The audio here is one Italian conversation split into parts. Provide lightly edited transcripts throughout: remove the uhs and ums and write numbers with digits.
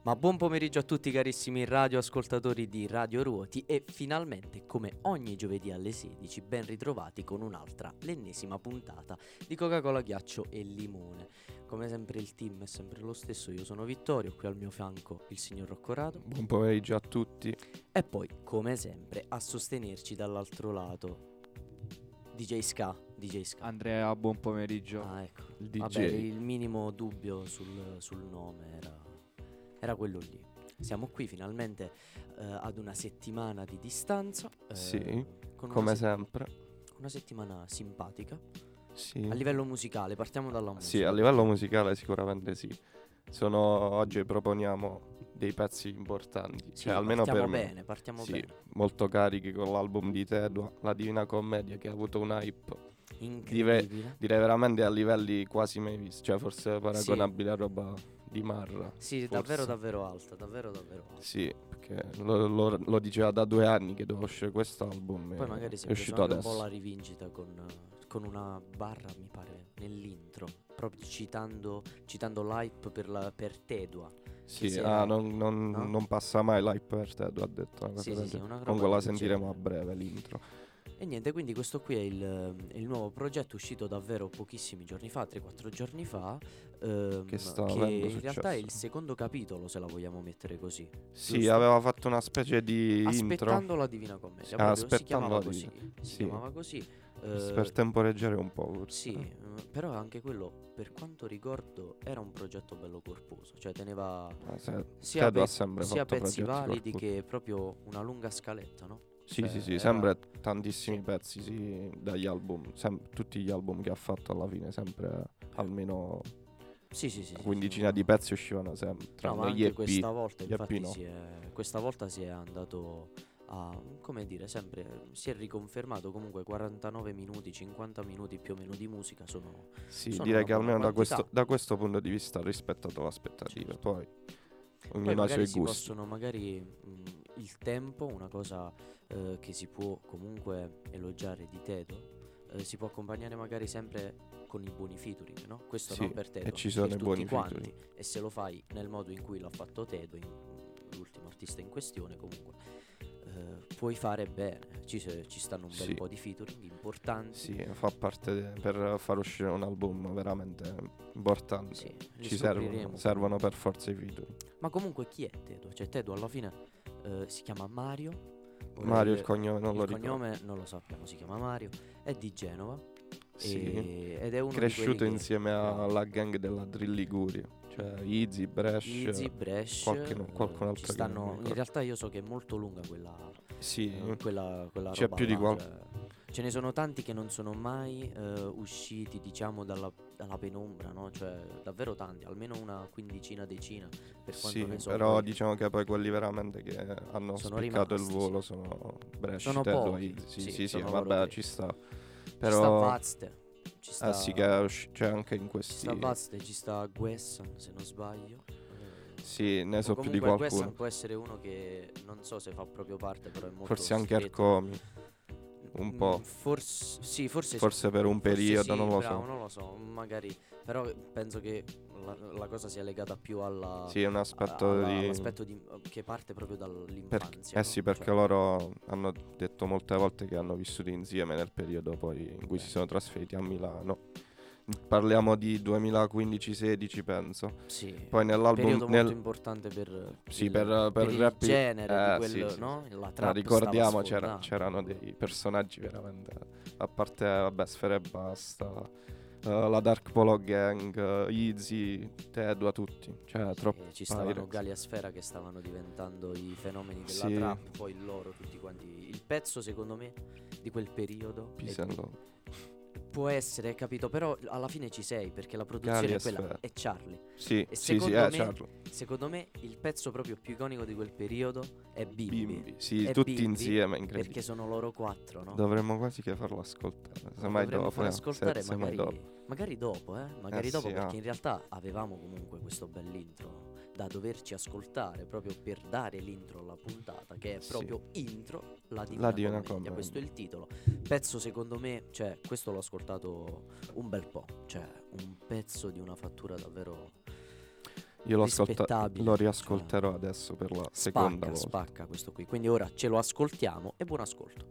Ma buon pomeriggio a tutti carissimi radioascoltatori di Radio Ruoti e finalmente, come ogni giovedì alle 16, ben ritrovati con un'altra, l'ennesima puntata di Coca-Cola, ghiaccio e limone. Come sempre il team è sempre lo stesso, io sono Vittorio, qui al mio fianco il signor Roccorato. Buon pomeriggio a tutti. E poi, come sempre, a sostenerci dall'altro lato DJ Ska. Andrea, buon pomeriggio. Ah, ecco. Il DJ. Vabbè, il minimo dubbio sul nome era quello lì. Siamo qui finalmente ad una settimana di distanza. Sì, con come sempre. una settimana simpatica. Sì. A livello musicale, partiamo dalla musica. Sì, a livello musicale sicuramente sì. Oggi proponiamo dei pezzi importanti. Sì, Cioè, almeno per partiamo me. Sì, bene. molto carichi con l'album di Tedua, La Divina Commedia, che ha avuto un hype. Incredibile. Direi veramente a livelli quasi mai visti. Cioè, forse paragonabile a roba di Marra. Sì, forse. davvero alta, davvero alta. Sì, perché lo diceva da 2 anni che doveva uscere quest'album. Poi magari si è è preso uscito anche adesso. un po' la rivincita con una barra, mi pare, nell'intro, proprio citando l'hype per Tedua. Sì, si era- non, no? non passa mai l'hype per te, tu ha detto una cosa Sì, del sì, sì, genere. una roba Comunque la del sentiremo genere. a breve l'intro. E niente, quindi questo qui è il nuovo progetto uscito davvero pochissimi giorni fa, 3-4 giorni fa, Che sta che avendo in realtà è il successo. secondo capitolo, se la vogliamo mettere così. Sì, giusto? aveva fatto una specie di Aspettando intro. la Divina Commedia, Ah, proprio si aspettando chiamava la così. Divina. Si Sì. chiamava così. Per temporeggiare un po' forse. Sì, però anche quello, per quanto ricordo, era un progetto bello corposo, cioè teneva sia, Tedua ha sempre sia fatto pezzi progetti validi corposi. che proprio una lunga scaletta, no? Sì, Cioè, sì, era- sempre tantissimi sì. pezzi, sì, dagli album. Tutti gli album che ha fatto alla fine, sempre almeno Sì, una quindicina sono- di pezzi uscivano sempre. No, Tranne ma gli anche EP. questa volta, Gli EP infatti, no. questa volta si è andato a, come dire, sempre, si è riconfermato comunque 49 minuti, 50 minuti più o meno di musica sono Sì, sono direi una che buona almeno quantità. da questo punto di vista ha rispettato le aspettative. Certo. Poi Poi ognuno ha i magari suoi si gusti. possono, il tempo, una cosa che si può comunque elogiare di Tedo, si può accompagnare magari sempre con i buoni featuring, no? Questo Sì, non per Tedo, e ci sono per i tutti buoni quanti. featuring. E se lo fai nel modo in cui l'ha fatto Tedo, l'ultimo artista in questione, comunque puoi fare bene. Ci stanno un bel Sì. po' di featuring importanti. Sì, fa parte per far uscire un album veramente importante. Sì, li Ci scopriremo servono comunque. per forza i featuring. Ma comunque chi è Tedo? Cioè Tedo alla fine si chiama Mario. Mario il cognome non lo Il ricordo. cognome non lo sappiamo, si chiama Mario, è di Genova Sì. ed è uno Cresciuto di quelli insieme alla gang della Drill Liguria. Cioè Easy, Bresh. Easy, Bresh, qualcun altro ci che non mi stanno, ricordo. in realtà io so che è molto lunga Sì. quella C'è roba più di là, qual- cioè, ce ne sono tanti che non sono mai usciti, diciamo, dalla penombra, no? Cioè davvero tanti, almeno una quindicina, decina, per quanto Sì, ne so. però poi diciamo che poi quelli veramente che hanno sono spiccato il rimasti, volo sì. sono Bresh, Sono Tedua, pochi, Easy. sì, Sì, sono loro vabbè, tre. ci sta. Ci sta Però Vazte, ci sta, sì, che è c'è anche in ci questi. sta Vazte, ci sta Guessan, se non sbaglio. Sì, ne so più di Comunque Guessan qualcuno. può essere uno che non so se fa proprio parte, però è molto Forse anche stretto. Arcomi. Un po'. Forse sì, Forse per un forse periodo, sì, non lo bravo, so. non lo so, magari. Però penso che la cosa sia legata più Sì, è un aspetto all'aspetto che parte proprio dall'infanzia. sì, no? perché Cioè, loro hanno detto molte volte che hanno vissuto insieme nel periodo poi in cui si sono trasferiti a Milano. Parliamo di 2015-16 penso. sì, Poi nell'album periodo molto importante per sì, il, per il il rap genere di quel, sì. no? La Ma trap ricordiamo stava sfondando. c'erano dei personaggi veramente, a parte vabbè Sfera Ebbasta, la Dark Polo Gang, Easy, Tedua, tutti. Cioè troppo Ci stavano Pyrex. Gali e Sfera che stavano diventando i fenomeni della Sì. trap, poi loro tutti quanti. Il pezzo secondo me di quel periodo può essere, capito, però alla fine ci sei perché la produzione Gali è e quella, Sfera. è Charlie. Sì, E sì, Charlie. secondo me il pezzo proprio più iconico di quel periodo è Bimbi. Sì, È tutti Bimbi, insieme, incredibile. perché sono loro quattro, no? Dovremmo quasi che farlo ascoltare. Lo Semmai dovremmo dopo. far ascoltare semmai dopo. magari dopo, magari dopo, sì, perché in realtà avevamo comunque questo bell'intro da doverci ascoltare proprio per dare l'intro alla puntata, che è Sì. proprio intro, la La Divina Divina Commedia. Commedia. Questo è il titolo. Pezzo secondo me, cioè questo l'ho ascoltato un bel po', cioè un pezzo di una fattura davvero Io rispettabile. lo riascolterò adesso per la seconda volta. Spacca questo qui. Quindi ora ce lo ascoltiamo e buon ascolto.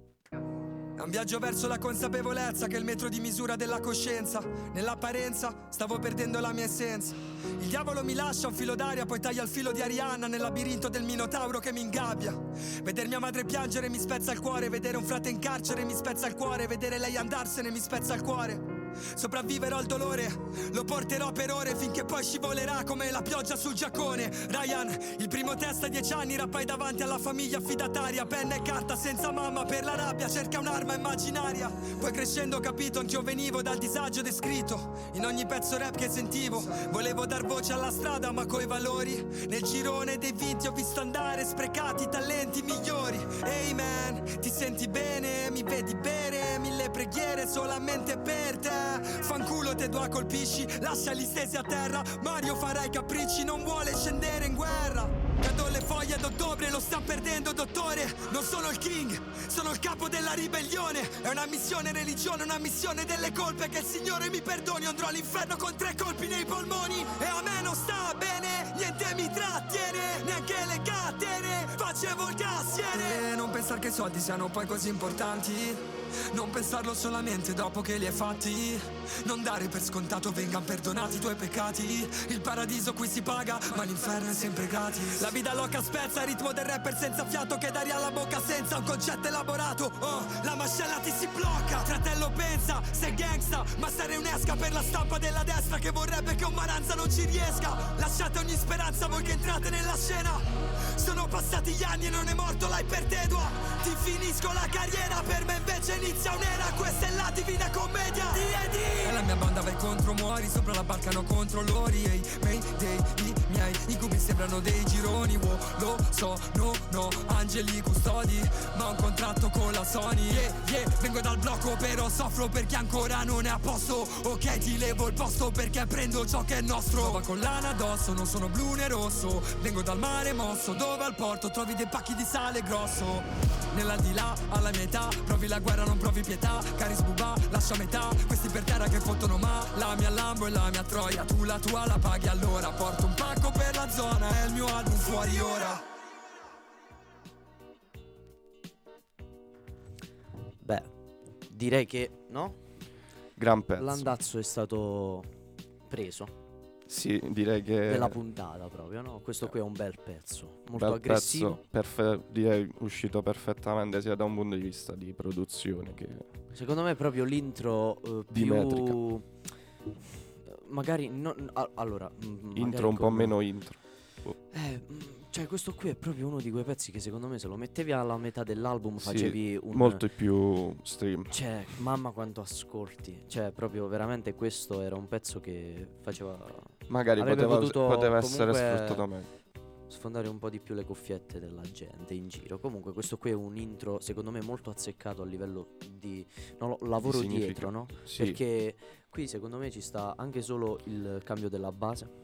È un viaggio verso la consapevolezza che è il metro di misura della coscienza. Nell'apparenza stavo perdendo la mia essenza. Il diavolo mi lascia un filo d'aria, poi taglia il filo di Arianna nel labirinto del minotauro che mi ingabbia. Vedere mia madre piangere mi spezza il cuore, vedere un frate in carcere mi spezza il cuore, vedere lei andarsene mi spezza il cuore. Sopravviverò al dolore, lo porterò per ore finché poi scivolerà come la pioggia sul giaccone. Ryan, il primo test a 10 anni, rappai davanti alla famiglia affidataria. Penna e carta senza mamma per la rabbia, cerca un'arma immaginaria. Poi crescendo ho capito anch'io venivo dal disagio descritto in ogni pezzo rap che sentivo. Volevo dar voce alla strada ma coi valori. Nel girone dei vinti ho visto andare sprecati i talenti migliori. Hey man, ti senti bene? Mi vedi bere? 1000 preghiere solamente per te. Fanculo te due colpisci, lasciali stesi a terra. Mario farà i capricci, non vuole scendere in guerra. Cado le foglie d'ottobre, lo sta perdendo dottore. Non sono il king, sono il capo della ribellione. È una missione religione, una missione delle colpe. Che il Signore mi perdoni, andrò all'inferno con 3 colpi nei polmoni. E a me non sta bene, niente mi trattiene, neanche le catene, facevo il cassiere. Non pensare che i soldi siano poi così importanti, non pensarlo solamente dopo che li hai fatti. Non dare per scontato vengano perdonati i tuoi peccati. Il paradiso qui si paga, ma l'inferno è sempre gratis. La vita loca spezza il ritmo del rapper senza fiato che d'aria alla bocca senza un concetto elaborato. Oh, la mascella ti si blocca. Fratello pensa, sei gangsta, ma sarei un'esca per la stampa della destra che vorrebbe che un Maranza non ci riesca. Lasciate ogni speranza voi che entrate nella scena. Sono passati gli anni e non è morto l'Hypertedua. Ti finisco la carriera, per me invece inizia un'era. Questa è la divina commedia. D&D. E la mia banda vai contro, muori sopra la barca, no controllori. Ehi, Mayday, i miei incubi sembrano dei gironi. Wow, lo so, no, angeli custodi, ma ho un contratto con la Sony. Vengo dal blocco però soffro perché ancora non è a posto. Ok, ti levo il posto perché prendo ciò che è nostro. Va con lana addosso, non sono blu né rosso. Vengo dal mare mosso, dove al porto trovi dei pacchi di sale grosso. Nell'aldilà, alla mia età, provi la guerra, non provi pietà. Cari sbuba, lascia metà, questi per terra che fottono ma. La mia Lambo e la mia Troia, tu la tua la paghi allora. Porto un pacco per la zona, è il mio album fuori ora. Beh, direi che, no? Gran pezzo. L'andazzo è stato preso Sì, direi che della puntata proprio, no? Questo qui è un bel pezzo, molto bel aggressivo. pezzo, direi uscito perfettamente sia da un punto di vista di produzione che Secondo me è proprio l'intro Di più metrica. magari allora intro un po' meno intro. cioè questo qui è proprio uno di quei pezzi che secondo me se lo mettevi alla metà dell'album Sì, facevi un molto più stream. Cioè, mamma quanto ascolti. Cioè, proprio veramente questo era un pezzo che faceva Magari avrebbe potuto poteva essere comunque sfruttato meglio. sfondare un po' di più le cuffiette della gente in giro. Comunque questo qui è un intro secondo me molto azzeccato a livello di lavoro Di dietro, no? Sì, Perché qui secondo me ci sta anche solo il cambio della base,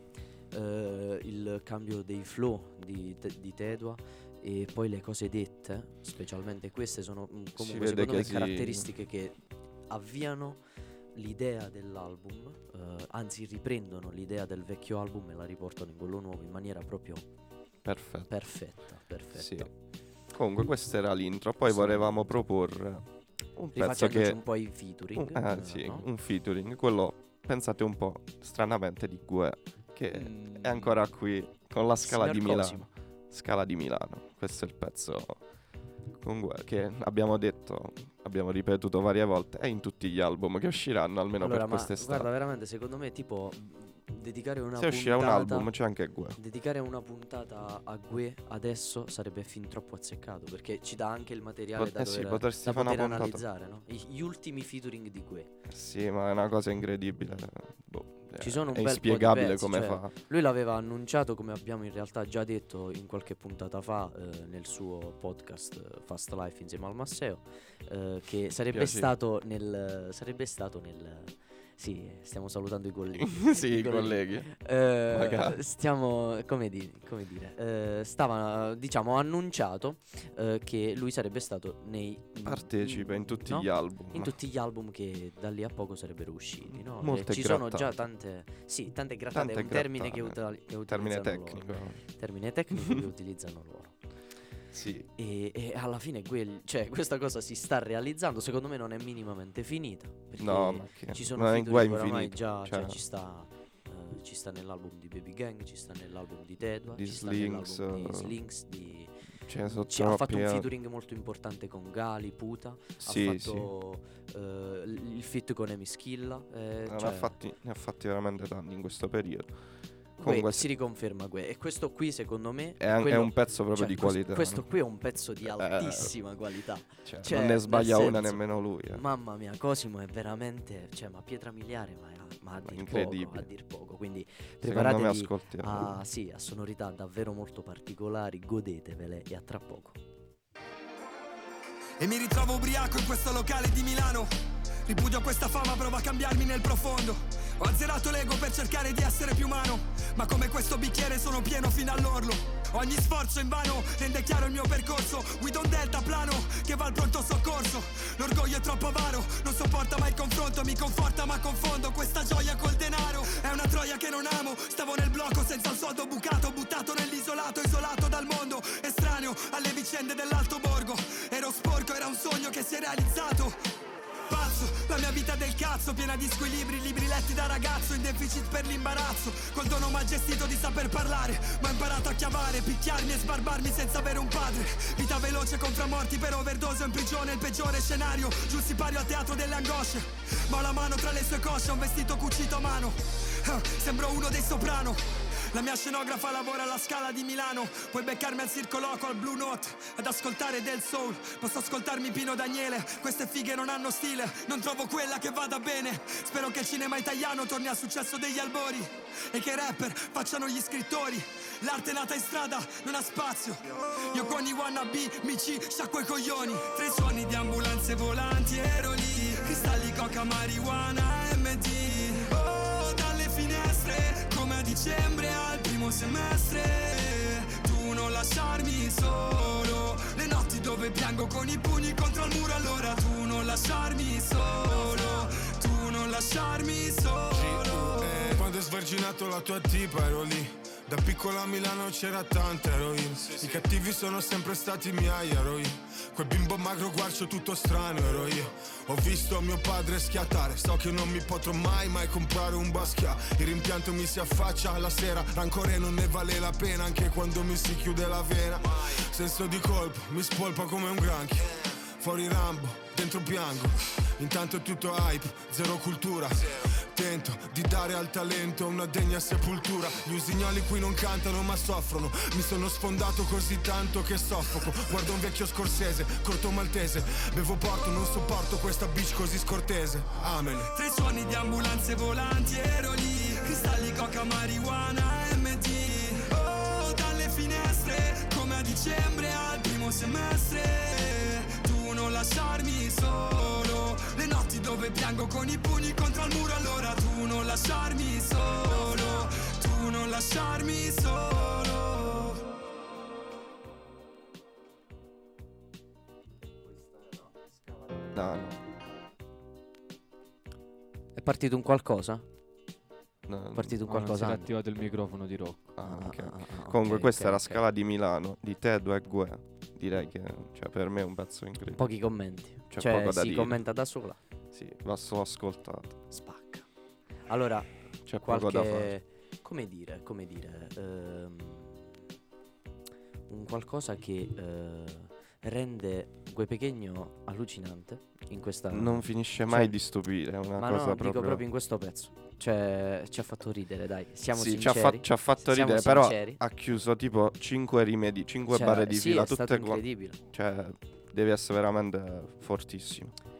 il cambio dei flow di Tedua e poi le cose dette, specialmente queste sono comunque vede secondo che me si- caratteristiche che avviano l'idea dell'album, anzi riprendono l'idea del vecchio album e la riportano in quello nuovo in maniera proprio perfetto. perfetta. Sì. Comunque questo era l'intro, poi Sì. volevamo proporre un pezzo Rifacendoci che un po' i featuring, sì, no? un featuring, quello pensate un po' stranamente di Gue che è ancora qui con la Scala Signor di Milano. Cosimo. Scala di Milano. Questo è il pezzo con Gue che abbiamo detto, abbiamo ripetuto varie volte, è in tutti gli album che usciranno almeno Allora, per ma quest'estate. guarda, veramente secondo me tipo dedicare una Se uscirà un puntata album c'è anche Gue. dedicare una puntata a Gue adesso sarebbe fin troppo azzeccato perché ci dà anche il materiale da, sì, dover, potresti da fare una poter puntata. analizzare, no? Gli ultimi featuring di Gue. Sì, ma è una cosa incredibile. Boh, Ci sono un è bel po' di inspiegabile pezzi, come cioè, fa. Lui l'aveva annunciato, come abbiamo in realtà già detto in qualche puntata fa, nel suo podcast Fast Life insieme al Masseo, che sarebbe Piacere. stato Sì, stiamo salutando i colleghi. Sì, i colleghi. Magari. Stiamo, come dire, stava, diciamo, annunciato che lui sarebbe stato Partecipa in tutti no? gli album. In tutti gli album che da lì a poco sarebbero usciti, no? Molte Ci sono grattate. già tante grattate, Tante è un termine che, grattate. che Termine utilizzano tecnico. loro. Termine tecnico che utilizzano loro. Sì. E alla fine questa cosa si sta realizzando. Secondo me non è minimamente finita. Perché No, ma che ci sono non è featuring guai oramai infinito, già, cioè. ci sta nell'album di Baby Gang, ci sta nell'album di Tedua, Di ci sta Slinks, nell'album di Slinks, Ce ne sono ha fatto troppi, un featuring molto importante con Gali, Puta. Sì, Ha fatto il feat con Emischilla. Ne ha fatti veramente tanti in questo periodo. Comunque Si riconferma e questo qui secondo me è un pezzo proprio di qualità. Questo qui è un pezzo di altissima qualità. Cioè, non ne sbaglia nel una senso, nemmeno lui. Mamma mia, Cosimo è veramente, ma pietra miliare, ma a dir incredibile. poco, a dir poco. Quindi Secondo me preparatevi ascoltiamo. a sonorità davvero molto particolari, godetevele e a tra poco. E mi ritrovo ubriaco in questo locale di Milano. Ripudio questa fama, provo a cambiarmi nel profondo. Ho azzerato l'ego per cercare di essere più umano, ma come questo bicchiere sono pieno fino all'orlo. Ogni sforzo invano rende chiaro il mio percorso. Guido un delta plano che va al pronto soccorso. L'orgoglio è troppo avaro, non sopporta mai il confronto. Mi conforta ma confondo questa gioia col denaro. È una troia che non amo. Stavo nel blocco senza un soldo bucato, buttato nell'isolato, isolato dal mondo, estraneo alle vicende dell'alto borgo. Ero sporco, era un sogno che si è realizzato. Pazzo, la mia vita del cazzo, piena di squilibri, libri letti da ragazzo, in deficit per l'imbarazzo, col dono mal gestito di saper parlare, ma ho imparato a chiavare, picchiarmi e sbarbarmi senza avere un padre. Vita veloce con morti per overdose o in prigione, il peggiore scenario, giù sipario al teatro delle angosce. Ma ho la mano tra le sue cosce, un vestito cucito a mano, sembro uno dei Soprano. La mia scenografa lavora alla Scala di Milano. Puoi beccarmi al Circo Loco, al Blue Note, ad ascoltare del soul. Posso ascoltarmi Pino Daniele. Queste fighe non hanno stile, non trovo quella che vada bene. Spero che il cinema italiano torni al successo degli albori e che i rapper facciano gli scrittori. L'arte nata in strada non ha spazio. Io con i wannabe mi ci sciacquo i coglioni. Tra i suoni di ambulanze volanti ero lì. Cristalli, coca, marijuana, MD. Oh, dalle finestre come a dicembre al primo semestre. Tu non lasciarmi solo, le notti dove piango con i pugni contro il muro. Allora tu non lasciarmi solo, tu non lasciarmi solo. Quando è sverginato la tua tipa ero lì. Da piccola a Milano c'era tanta eroina. I cattivi sono sempre stati miei, ero io. Quel bimbo magro guarcio tutto strano, ero io. Ho visto mio padre schiattare. So che non mi potrò mai comprare un Basquiat. Il rimpianto mi si affaccia alla sera. Rancore non ne vale la pena anche quando mi si chiude la vena. Senso di colpo, mi spolpa come un granchio. Fuori Rambo, dentro piango. Intanto è tutto hype, zero cultura. Tento di dare al talento una degna sepoltura. Gli usignoli qui non cantano ma soffrono. Mi sono sfondato così tanto che soffoco. Guardo un vecchio Scorsese, corto maltese. Bevo porto, non sopporto questa bitch così scortese. Amen. Tra i suoni di ambulanze volanti ero lì. Cristalli, coca, marijuana, MD. Oh, dalle finestre come a dicembre al primo semestre. Tu non lasciarmi solo, le notti dove piango con i pugni contro il muro. Allora tu non lasciarmi solo, tu non lasciarmi solo. No. È partito un qualcosa? No, È partito un Non si qualcosa? era attivato il microfono di Rocco. Comunque ok, questa ok, è la ok. Scala di Milano di Tedua e Gue. Direi che per me è un pezzo incredibile. Pochi commenti. C'è Cioè, poco da si dire. commenta da sola. Sì, va solo ascoltato. Spacca. Allora, C'è poco da fare. come dire, un qualcosa che rende Gue Pequeno allucinante in questa. Non finisce mai di stupire, è una ma cosa no, proprio. dico proprio in questo pezzo. Cioè, ci ha fatto ridere, dai. Siamo sì, sinceri. ci ha fatto Siamo ridere, però sinceri. ha chiuso tipo 5 rimedi, 5 Cioè, barre di sì, fila, è stato tutte incredibile. cioè, devi essere veramente fortissimo.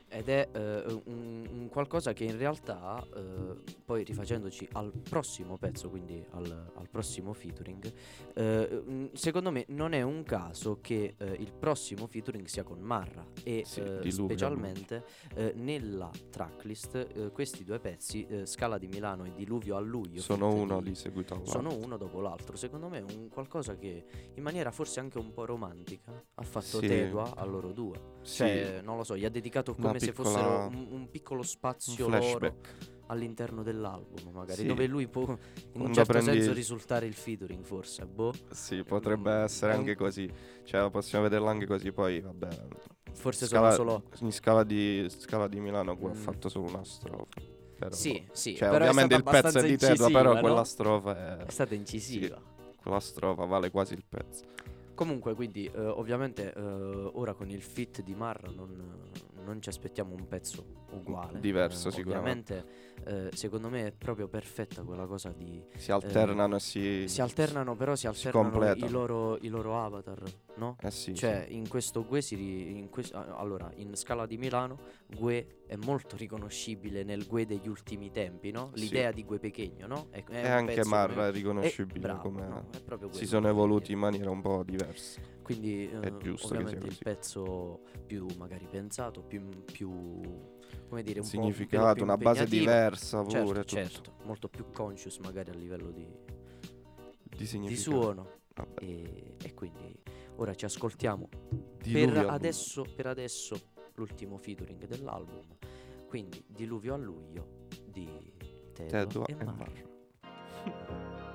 ed è un qualcosa che in realtà, poi rifacendoci al prossimo pezzo, quindi al prossimo featuring, secondo me non è un caso che il prossimo featuring sia con Marra e Sì, Diluvio. specialmente nella tracklist questi due pezzi, Scala di Milano e Diluvio a luglio, Sono feat uno di seguito all'altro. sono uno dopo l'altro. Secondo me è un qualcosa che in maniera forse anche un po' romantica ha fatto Sì. Tedua a loro due. Sì. Cioè, non lo so, gli ha dedicato Una come se piccola- fossero un piccolo spazio un loro flashback. all'interno dell'album, magari, Sì. dove lui può in un Quando certo prendi- senso risultare il featuring, forse. Boh, Sì, potrebbe essere è un- anche così. Cioè, possiamo vederla anche così. Poi, vabbè. forse Scala- sono solo. In Scala di Milano ha Mm. fatto solo una strofa. Però- Sì, sì, Cioè, però è ovviamente il stata pezzo è abbastanza di Tedua, però incisiva, quella no? strofa È stata incisiva. quella strofa vale quasi il pezzo. Comunque, quindi, ovviamente, ora con il feat di Marra non ci aspettiamo un pezzo uguale. Diverso, sicuramente. Ovviamente, secondo me è proprio perfetta quella cosa di... Si alternano e si alternano, però si alternano completano. i loro avatar, no? Eh sì, Cioè, in questo Gue allora, in Scala di Milano, Gue è molto riconoscibile nel Gue degli ultimi tempi, no? Sì. L'idea di Gue Pechegno, no? È E un anche pezzo Marra come- è riconoscibile bravo, come no, è proprio si quello sono che volevo evoluti dire. in maniera un po' diversa. Quindi È giusto che sia ovviamente il così. pezzo più magari pensato, più come dire, un po' Significato, più una base impegnativo. diversa pure, Certo, tutto. certo, molto più conscious magari a livello Di di significato. suono. Vabbè. E quindi ora ci ascoltiamo Diluvio per a adesso l'ultimo featuring dell'album, quindi Diluvio a luglio di Tedua Tedua e e Marra. Marra.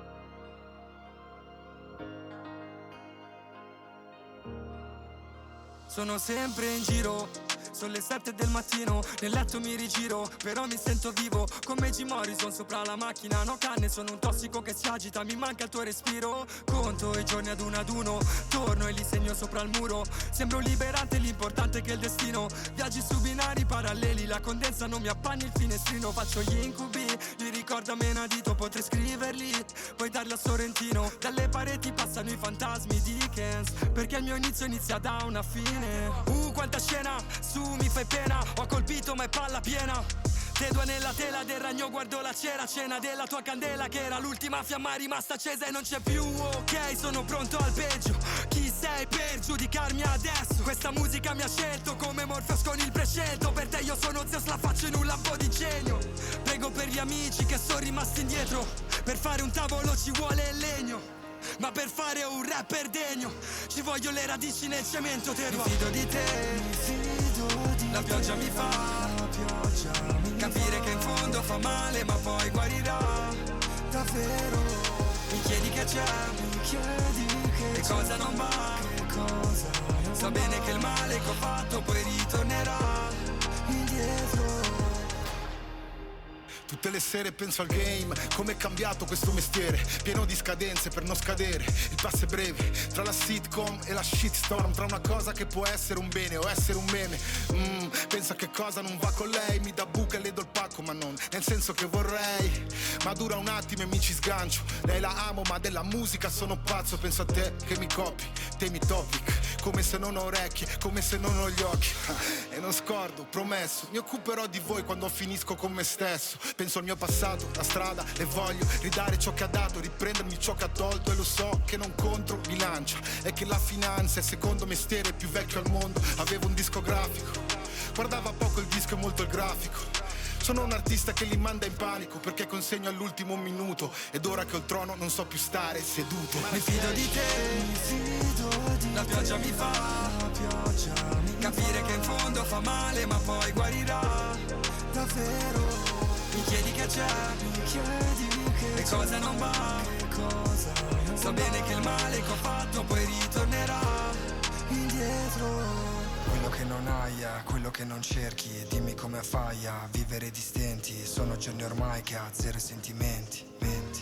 Sono sempre in giro, sono le 7 del mattino, nel letto mi rigiro, però mi sento vivo, come Jim Morrison sopra la macchina, no canne, sono un tossico che si agita, mi manca il tuo respiro, conto i giorni ad uno, torno e li segno sopra il muro, sembro liberante, l'importante è che il destino, viaggi su binari paralleli, la condensa non mi appanni il finestrino, faccio gli incubi, li ricordo a menadito, potrei scriverli, poi darli a Sorrentino, dalle pareti passano i fantasmi di Dickens, perché il mio inizio inizia da una fine. Quanta scena, su mi fai pena, ho colpito ma è palla piena. Tedua nella tela del ragno, guardo la cena della tua candela che era l'ultima fiamma rimasta accesa e non c'è più. Ok, sono pronto al peggio, chi sei per giudicarmi adesso? Questa musica mi ha scelto come Morpheus con il prescelto, per te io sono Zeus, la faccio in un lampo di genio. Prego per gli amici che sono rimasti indietro, per fare un tavolo ci vuole il legno, ma per fare un rapper degno ci voglio le radici nel cemento. Tedua, mi fido di te, la pioggia mi fa capire che in fondo fa male ma poi guarirà davvero. Mi chiedi che c'è, che cosa non va, so bene che il male che ho fatto poi ritornerà indietro. Tutte le sere penso al game, come è cambiato questo mestiere, pieno di scadenze per non scadere, il passo è breve, tra la sitcom e la shitstorm, tra una cosa che può essere un bene o essere un meme. Penso a che cosa non va con lei, mi dà buca e le do il pacco, ma non nel senso che vorrei, ma dura un attimo e mi ci sgancio, lei la amo ma della musica sono pazzo, penso a te che mi copi, temi topic, come se non ho orecchie, come se non ho gli occhi, e non scordo, promesso, mi occuperò di voi quando finisco con me stesso. Penso al mio passato, la strada, e voglio ridare ciò che ha dato, riprendermi ciò che ha tolto, e lo so che non contro bilancia, è che la finanza è il secondo mestiere più vecchio al mondo. Avevo un discografico, guardava poco il disco e molto il grafico. Sono un artista che li manda in panico perché consegno all'ultimo minuto, ed ora che ho il trono non so più stare seduto. Mi fido di te, la pioggia mi fa capire che in fondo fa male ma poi guarirà davvero. Mi chiedi che c'è, che cosa non va, so bene che il male che ho fatto poi ritornerà indietro. Quello che non hai, quello che non cerchi, dimmi come fai a vivere distenti. Sono giorni ormai che ha zero sentimenti. Menti.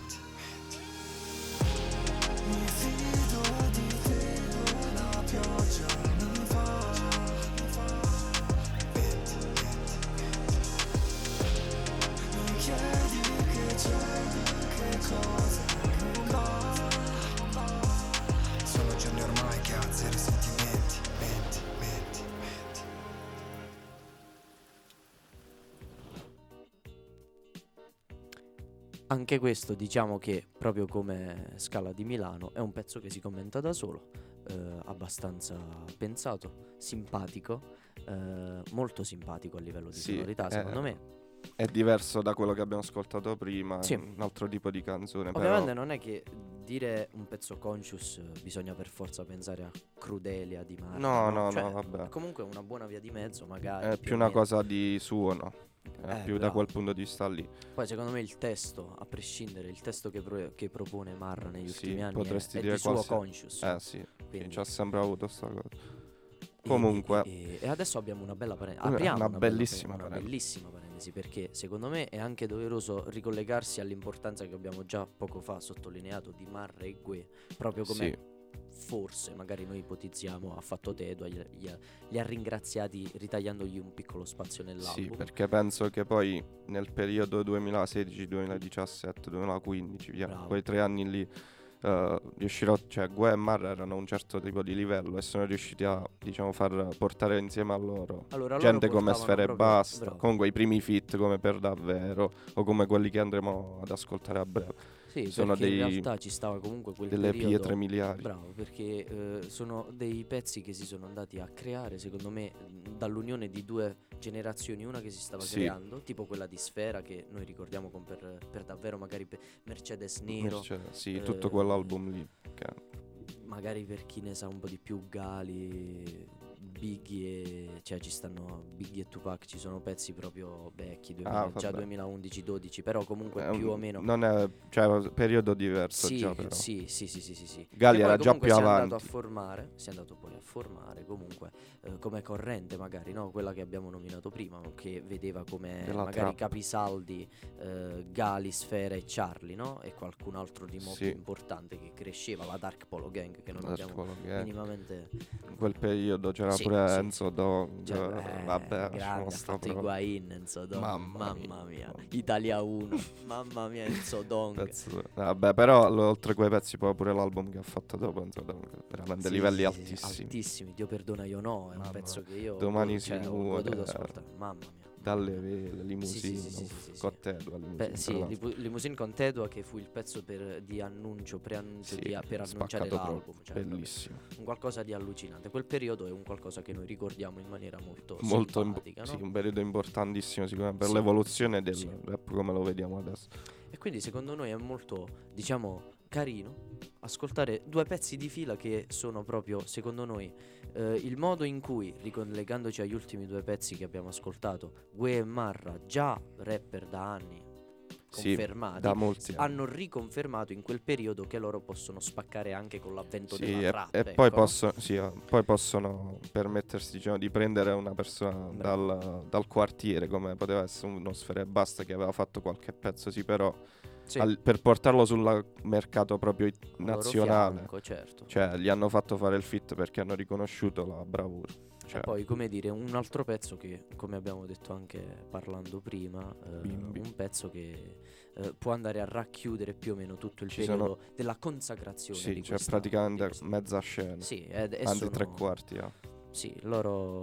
Mi fido di te, la pioggia mi fa mi chiedi che c'è, che cosa non va. Sono giorni ormai che ha zero sentimenti. Menti. Anche questo diciamo che proprio come Scala di Milano è un pezzo che si commenta da solo, abbastanza pensato, simpatico, molto simpatico a livello di Sì, sonorità secondo me. È diverso da quello che abbiamo ascoltato prima, Sì. è un altro tipo di canzone. Ovviamente però non è che dire un pezzo conscious bisogna per forza pensare a Crudelia di Marra. No, Cioè, vabbè. è comunque una buona via di mezzo magari. È più più o una meno. cosa di suono, è più da bravo. quel punto di vista lì. Poi secondo me il testo, a prescindere, il testo che propone Marra negli Sì, ultimi anni potresti è dire di suo qualsiasi- conscious. Sì, Quindi- ci ha sempre avuto sta cosa. E- Comunque, e adesso abbiamo una bella parentesi. Una Apriamo bellissima una parentesi. bellissima parentesi, perché secondo me è anche doveroso ricollegarsi all'importanza che abbiamo già poco fa sottolineato di Marra e Gue, proprio come sì, forse magari noi ipotizziamo ha fatto Tedua, li ha ringraziati ritagliandogli un piccolo spazio sì, nell'album. perché penso che poi nel periodo 2016, 2017, 2015, via, Bravo. quei 3 anni lì, cioè Gue e Marra erano a un certo tipo di livello e sono riusciti a, diciamo, far portare insieme a loro Allora, loro gente come portavano Sfera e proprio- Basta, bravo. comunque i primi feat come Per Davvero o come quelli che andremo ad ascoltare a breve. Sì, sono perché in dei- realtà ci stava comunque quel Delle periodo. pietre miliari. Bravo, perché sono dei pezzi che si sono andati a creare, secondo me, dall'unione di due generazioni, una che si stava Sì. creando, tipo quella di Sfera, che noi ricordiamo con per davvero, magari Mercedes Nero, Sì, tutto quell'album lì. magari per chi ne sa un po' di più, Gali, Biggie, cioè ci stanno Biggie e Tupac, ci sono pezzi proprio vecchi, già vabbè. 2011-12, però comunque È un- più o meno. Non è, cioè, periodo diverso Sì, già però. sì. Gali Che poi era già comunque più si è avanti. andato a formare, si è andato poi a formare comunque come corrente magari, no? Quella che abbiamo nominato prima, che vedeva come Della magari trap. Capisaldi, Gali, Sfera e Charlie, no? E qualcun altro di molto Sì. importante che cresceva, la Dark Polo Gang, che non Dark abbiamo Polo Gang. minimamente. In quel periodo c'era Sì, pure sì, Enzo Dong. Cioè, vabbè, lasciamo grande, ha sta fatto proprio. Higuain, Enzo Dong, Mamma mamma mia. mia, Italia 1, mamma mia, Enzo Dong. Vabbè, però oltre a quei pezzi pure l'album che ha fatto dopo Enzo Dong, veramente Sì, livelli sì, altissimi. altissimi, Dio perdona io no, è un Mamma pezzo che io Domani cioè, si ho muore, goduto ascoltare, mamma mia. Dalle vele, limousine, sì, con Tedua, limousine, Sì, tra l'altro. Limousine con Tedua, che fu il pezzo di annuncio, preannuncio Sì, per annunciare spaccato l'album, proprio, cioè, proprio bellissimo. un qualcosa di allucinante. Quel periodo è un qualcosa che noi ricordiamo in maniera molto Molto simpatica, no? sì, un periodo importantissimo sicuramente per Sì, l'evoluzione del sì. rap come lo vediamo adesso. E quindi secondo noi è molto, diciamo, carino ascoltare due pezzi di fila che sono proprio, secondo noi, il modo in cui, ricollegandoci agli ultimi due pezzi che abbiamo ascoltato, Gue e Marra, già rapper da anni Sì, confermati, da molti anni. hanno riconfermato in quel periodo che loro possono spaccare anche con l'avvento Sì, della e, trap, e ecco, poi, no? poi possono permettersi, diciamo, di prendere una persona Bravo. dal quartiere, come poteva essere uno Sfera e Basta che aveva fatto qualche pezzo, sì, però Sì, per portarlo sul mercato proprio al loro nazionale. fianco, certo. Cioè, gli hanno fatto fare il feat perché hanno riconosciuto la bravura. Cioè, E poi, come dire, un altro pezzo che, come abbiamo detto anche parlando prima, Bimbi. un pezzo che può andare a racchiudere più o meno tutto il Ci periodo della consacrazione sì, di cioè questa, praticamente di questa- mezza scena. Sì, e Anzi, sono, 3/4, Sì, loro,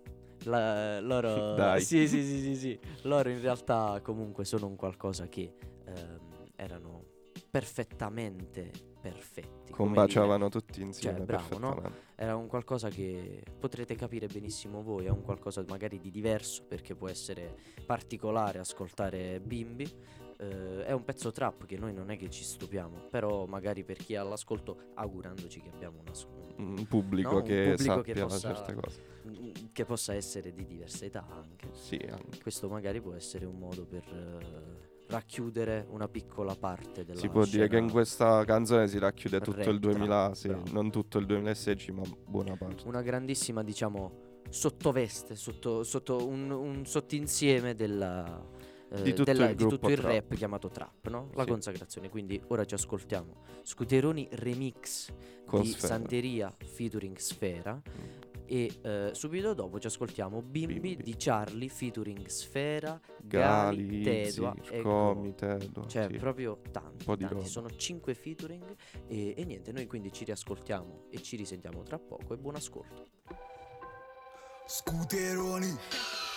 loro, Dai. sì, loro in realtà comunque sono un qualcosa che erano perfettamente perfetti. come dire. Combaciavano tutti insieme Cioè, bravo, no? perfettamente. Era un qualcosa che potrete capire benissimo voi, è un qualcosa magari di diverso perché può essere particolare ascoltare Bimbi. È un pezzo trap che noi non è che ci stupiamo, però magari per chi è all'ascolto, augurandoci che abbiamo Un pubblico no? Un che pubblico che sappia possa- certe cose. che possa essere di diversa età anche. Sì, anche. Questo magari può essere un modo per racchiudere una piccola parte della Si può dire che in scena. questa canzone si racchiude tutto rap, il 2000, trap, sì, bravo. non tutto il 2016, ma buona parte. Una grandissima, diciamo, sottoveste, sotto un sottinsieme della Di tutto il di gruppo tutto il trap. rap chiamato trap, no? La Sì. consacrazione. Quindi ora ci ascoltiamo Scuteroni Remix Con di Sfera. Santeria featuring Sfera. E subito dopo ci ascoltiamo Bimbi Bimbi. di Charlie featuring Sfera, Gali, Tedua Izzy, e Comi, Go. Tedua. Cioè sì. proprio tanti, po' di tanti. roba. Sono 5 featuring e niente, noi quindi ci riascoltiamo e ci risentiamo tra poco e buon ascolto. Scuteroni,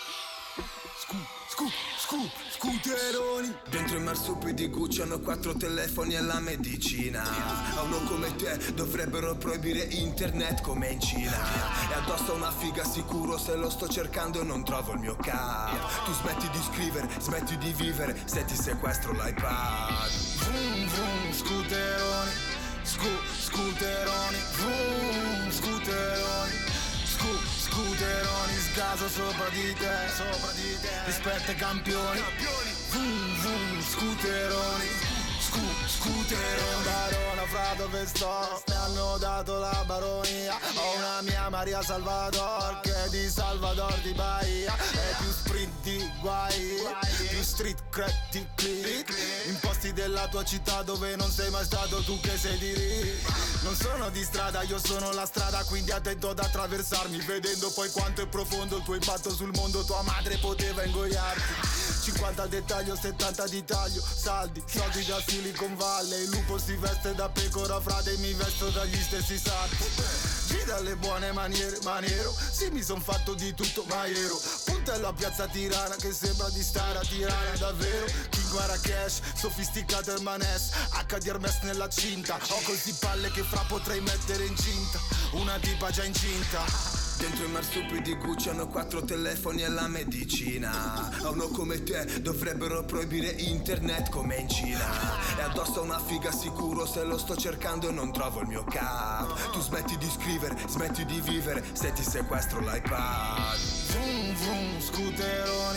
Scooteroni. Dentro i marsupi di Gucci hanno 4 telefoni e la medicina. A uno come te dovrebbero proibire internet come in Cina. E addosso a una figa sicuro, se lo sto cercando non trovo il mio cap. Tu smetti di scrivere, smetti di vivere, se ti sequestro l'iPad. Vroom vroom scooteroni, scooteroni, vroom scooteroni. Scooteroni, sgaso sopra di te, rispetta i campioni. Vroom vroom scooteroni, scooteroni. Barona, fra dove sto? Mi hanno dato la baronia. Ho una mia Maria Salvador che di Salvador di Bahia. È più sprint di guai, più street cred di click. In posti della tua città dove non sei mai stato, tu che sei di lì. Non sono di strada, io sono la strada, quindi attento ad attraversarmi, vedendo poi quanto è profondo il tuo impatto sul mondo. Tua madre poteva ingoiarti. 50 al dettaglio, 70 di taglio, saldi, soldi da Silicon Valley. Il lupo si veste da pecora, frate, mi vesto dagli stessi sacchi. Gira le buone maniere, maniero, sì mi son fatto di tutto, ma ero puntello a Piazza Tirana, che sembra di stare a Tirana davvero. King Marrakesh, sofisticato Hermanes, HD Hermes nella cinta. Ho così palle che fra potrei mettere incinta una tipa già incinta. Dentro i marsupi di Gucci hanno 4 telefoni e la medicina. A uno come te dovrebbero proibire internet come in Cina. E addosso a una figa sicuro, se lo sto cercando non trovo il mio cap. Tu smetti di scrivere, smetti di vivere, se ti sequestro l'iPad. Vroom vroom scooteroni,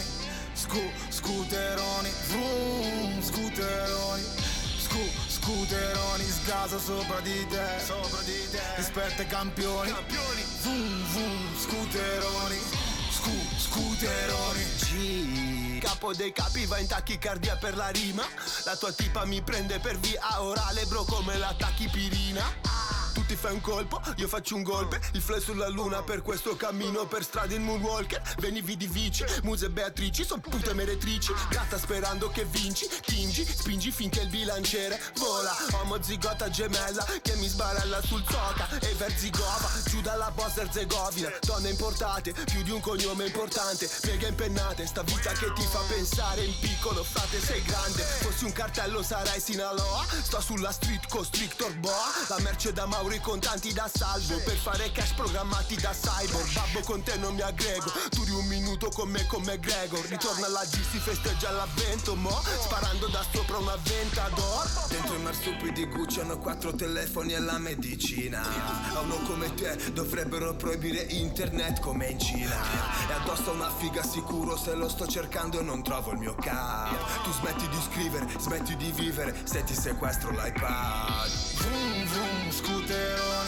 scooteroni, vroom scooteroni. Scooteroni, sgaso sopra di te, rispetta i campioni. Vroom vroom scooteroni, scooteroni. G, capo dei capi, va in tachicardia per la rima. La tua tipa mi prende per via orale, bro, come la tachipirina. Tu ti fai un colpo, io faccio un golpe. Il fly sulla luna, per questo cammino per strada in moonwalker. Venivi di vici, muse Beatrici, son pute meretrici. Gatta sperando che vinci, tingi, spingi finché il bilanciere vola. Omozigota gemella che mi sbarella sul zoca e Verzigova, giù dalla Bosnia Herzegovina. Donne importate, più di un cognome importante. Pieghe impennate, sta vita che ti fa pensare in piccolo, frate sei grande. Fossi un cartello sarei Sinaloa. Sto sulla street constrictor boa. La merce da Mauro, i contanti da salvo, per fare cash programmati da cyborg. Babbo con te non mi aggrego, duri un minuto con me come Gregor. Ritorna alla G, si festeggia l'avvento, mo sparando da sopra una Ventador. Dentro i marsupi di Gucci hanno 4 telefoni e la medicina. A uno come te dovrebbero proibire internet come in Cina. E addosso a una figa sicuro, se lo sto cercando non trovo il mio cap. Tu smetti di scrivere, smetti di vivere, se ti sequestro l'iPad. Vroom vroom scooteroni,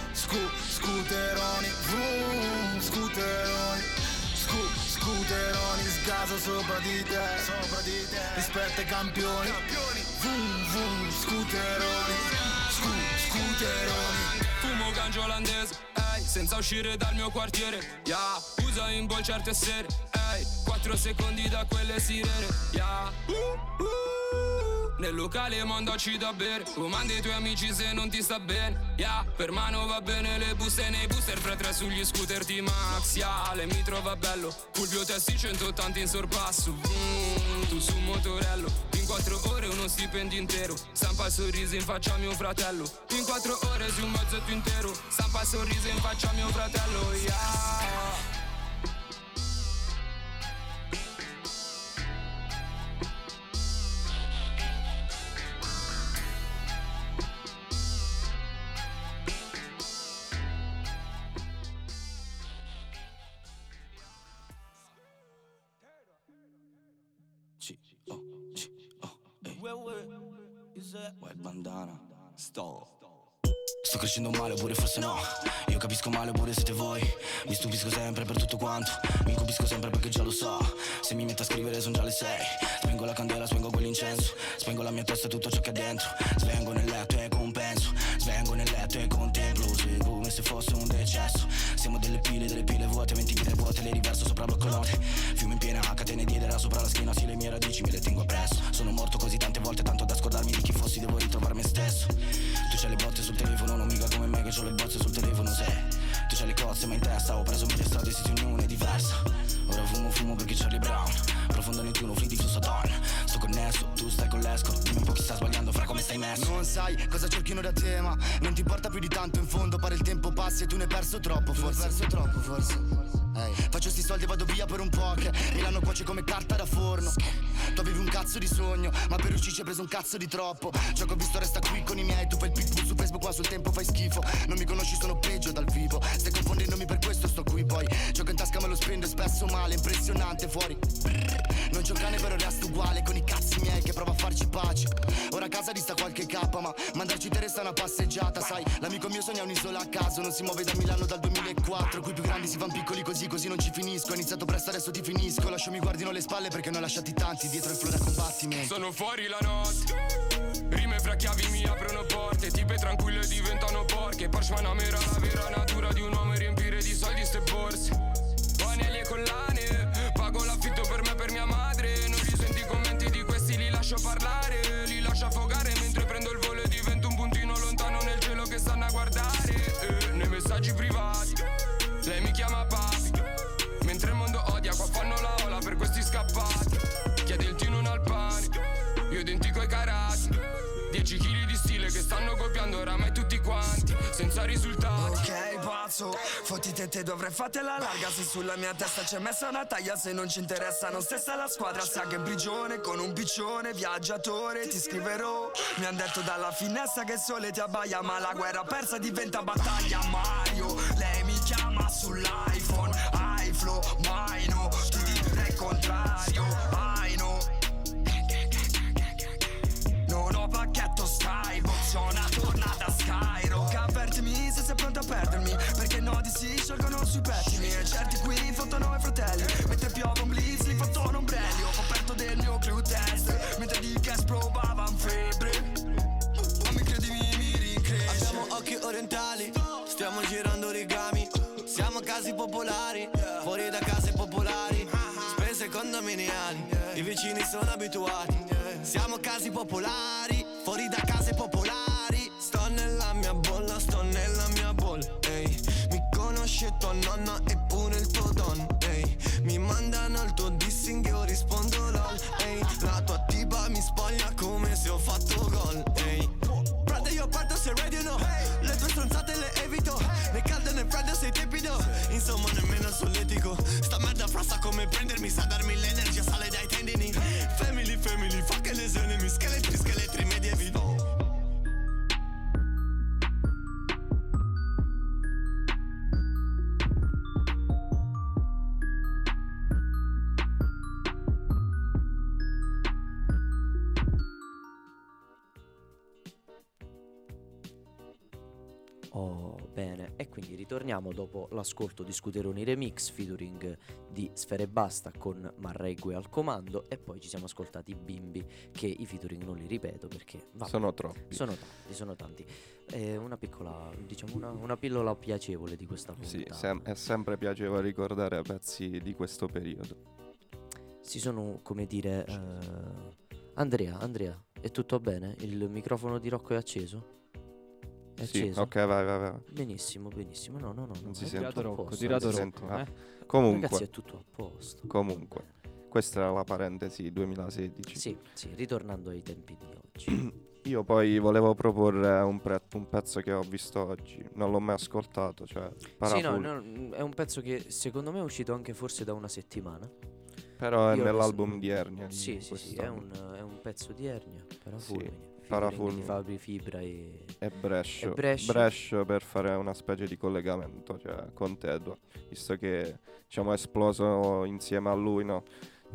scooteroni, vroom scooteroni, scooteroni, sgaso sopra di te, rispetta i campioni. Vroom vroom scooteroni, scooteroni. Fumo gangio olandese, ehi, senza uscire dal mio quartiere, yeah. Usa in bol certe sere, ehi, 4 secondi da quelle sirene, yeah. Nel locale mandaci da bere, comandi ai tuoi amici se non ti sta bene, yeah. Per mano va bene le buste nei booster, fra 3 sugli scooter di Max, yeah. Le mi trova bello, Fulvio Testi 180 in sorpasso, tu su un motorello. In 4 ore uno stipendio intero, stampa il sorriso in faccia a mio fratello. In 4 ore su un mezzetto intero, stampa il sorriso in faccia a mio fratello, yeah. White bandana, sto crescendo male oppure forse no. Io capisco male oppure siete voi. Mi stupisco sempre per tutto quanto, mi incupisco sempre perché già lo so. Se mi metto a scrivere son già le 6. Spengo la candela, spengo quell'incenso. Spengo la mia testa e tutto ciò che è dentro. Svengo nel letto e compenso, svengo nel letto e contemplo. Seguo come se fosse un decesso. Siamo delle pile vuote, 20 pile vuote, le riverso sopra blocco note. Fiume in piena, catene di edera sopra la schiena. Sì, le mie radici me le tengo appresso. Sono morto così tante volte, tanto da scordarmi di chi fossi, devo ritrovare me stesso. Tu c'hai le botte sul telefono, non mica come me che c'ho le bozze sul telefono, se tu c'hai le cozze ma in testa, ho preso mille strade, siete ognuna è diversa. Ora fumo perché Charlie Brown. Profondo nettuno, freddi su Saturn. Sto connesso, tu stai con l'esco. Dimmi un po' chi sta sbagliando, fra come stai messo. Non sai cosa cerchino da te, ma non ti importa più di tanto. In fondo pare il tempo passi e tu ne hai perso troppo, forse. Faccio sti soldi e vado via per un po' che Milano cuoce come carta da forno. Tu avevi un cazzo di sogno, ma per uscirci hai preso un cazzo di troppo. Ciò che ho visto resta qui con i miei. Tu fai il pitbull su Facebook, ma sul tempo fai schifo. Non mi conosci, sono peggio dal vivo. Stai confondendomi, per questo sto qui poi. Ciò che in tasca me lo spendo e spesso male. Impressionante fuori. Non c'è un cane però resto uguale. Con i cazzi miei che prova a farci pace. Ora a casa dista qualche cappa, ma mandarci te resta una passeggiata. Sai, l'amico mio sogna un'isola a caso. Non si muove da Milano dal 2004. Qui più grandi si fan piccoli così non ci finisco. Ho iniziato presto, adesso ti finisco. Lascio mi guardino le spalle perché ne ho lasciati tanti dietro il flow da combattimento. Sono fuori la notte, rime fra chiavi mi aprono porte. Tipe tranquille diventano porche. Porsche Panamera, la vera natura di un uomo è riempire di soldi ste borse. Anelli e collane, pago l'affitto per me e per mia madre. Non gli senti i commenti di questi, li lascio parlare. Li lascio affogare mentre prendo il volo e divento un puntino lontano nel cielo che stanno a guardare. Nei messaggi privati lei mi chiama papi, mentre il mondo odia, qua fanno la ola per questi scappati. Chiede il tino al pane, io identico ai karate. 10 kg di stile che stanno copiando oramai tutti quanti, senza risultati. Ok pazzo, fottite te dovrei fatela larga. Se sulla mia testa c'è messa una taglia, se non ci interessa non stessa la squadra. Saga in prigione con un piccione, viaggiatore ti scriverò. Mi han detto dalla finestra che il sole ti abbaia, ma la guerra persa diventa battaglia. Mario, lei mi chiama sull'iPhone, iFlow, mai no, ti direi il contrario, I know. Non ho pacchetto Skybox, ho una tornata Skyro. Che avvertimi se sei pronto a perdermi, perché nodi si sciolgono sui pettini. E certi qui fottono i fratelli, mentre piove un blitz li fottono ombrelli. Ho coperto del nucleo test, mentre di gas provavan febbre. Ma mi credimi, mi rincresce. Abbiamo occhi orientali, stiamo girando origami. Siamo casi popolari, fuori da case popolari. Spese condominiali, i vicini sono abituati. Siamo casi popolari, fuori da case popolari. Sto nella mia bolla, ehi. Mi conosce tua nonna e pure il tuo don, ehi. Mi mandano il tuo dissing, io rispondo lol, ehi. La tua tipa mi spoglia come se ho fatto gol, ehi. Frate io parto se ready o no, le tue stronzate le evito. Né caldo né freddo sei tipido, insomma nemmeno solletico. Sta merda frassa come prendermi, sa darmi l'energia, sale dai tendini. Family, fuck les ennemis, scheletri medievi. Oh, bene, e quindi ritorniamo dopo l'ascolto di Scooteroni Remix featuring di Sfera Ebbasta con Marregui al comando, e poi ci siamo ascoltati Bimbi, che i featuring non li ripeto perché sono troppi. Sono tanti. Una piccola, diciamo una pillola piacevole di questa puntata. Sì, è sempre piacevole ricordare pezzi di questo periodo. Si sono, come dire, Andrea, è tutto bene? Il microfono di Rocco è acceso? È Sì, acceso? ok, vai. Benissimo. No. Non si è sente. tutto a Rocco, posto. tirato Non si Rocco, sente. eh. Comunque, Ragazzi, è tutto a posto. Comunque, questa era la parentesi 2016. Sì, ritornando ai tempi di oggi. Io poi volevo proporre un pezzo che ho visto oggi, non l'ho mai ascoltato, cioè Sì, Parafull, no, è un pezzo che secondo me è uscito anche forse da una settimana. però è Io nell'album di Ernia. Sì, è un pezzo di Ernia, Parafull. Parafull di Fabri Fibra e Brescio. e Brescio. Brescio per fare una specie di collegamento, cioè con Tedua, visto che diciamo è esploso insieme a lui, no?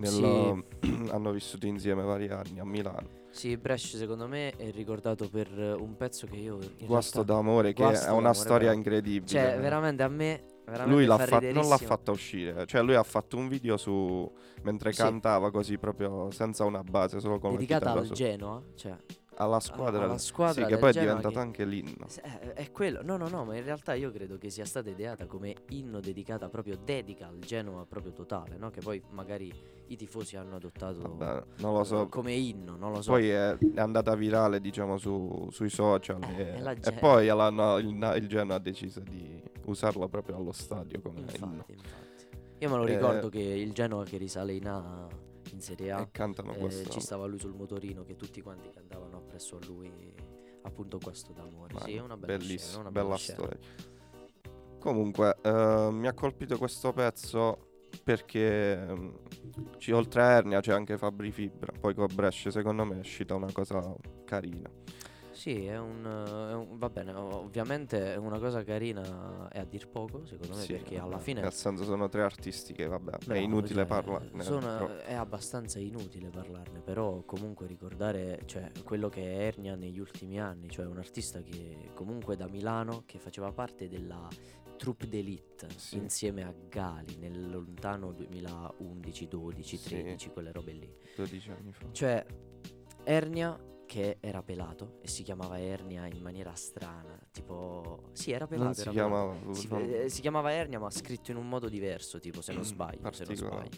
Hanno vissuto insieme vari anni a Milano. Sì, Brescia secondo me è ricordato per un pezzo che io in Guasto realtà, d'amore, che Guasto è una d'amore, storia bravo. incredibile. Cioè, veramente a me Lui fa non l'ha riderissimo. fatta uscire, cioè lui ha fatto un video mentre Sì. cantava così proprio senza una base, solo con dedicata la chitarra al su. Genoa, cioè Alla squadra, alla squadra sì, che del poi è Genoa diventato che- anche l'inno. è quello. No, ma in realtà io credo che sia stata ideata come inno dedicata proprio dedica al Genoa proprio totale, no? Che poi magari i tifosi hanno adottato Vabbè, non lo so. come inno, non lo so. Poi è andata virale, diciamo, sui social e la e gente- poi il Genoa ha deciso di usarlo proprio allo stadio come inno. Infatti. Io me lo ricordo che il Genoa che risale in A, in Serie A, e cantano questo. ci stava lui sul motorino che tutti quanti cantavano appresso a lui appunto questo d'amore. Sì, è una bella bellissimo, scena, una bella scena. storia. Comunque mi ha colpito questo pezzo perché oltre a Ernia c'è anche Fabri Fibra, poi con Brescia secondo me è uscita una cosa carina. Sì, è un va bene, ovviamente è una cosa carina è a dir poco, secondo me, Sì, perché alla vabbè, fine nel senso sono 3 artisti che vabbè, è bravo, inutile cioè, parlarne. però. è abbastanza inutile parlarne, però comunque ricordare, cioè, quello che è Ernia negli ultimi anni, cioè un artista che comunque da Milano, che faceva parte della troupe d'élite Sì. insieme a Gali nel lontano 2011, 12, Sì. 13, quelle robe lì. 12 anni fa. Cioè, Ernia che era pelato e si chiamava Ernia in maniera strana, tipo sì, era pelato, Non si era chiamava pelato. Si chiamava Ernia, ma scritto in un modo diverso, tipo se non sbaglio, particolare.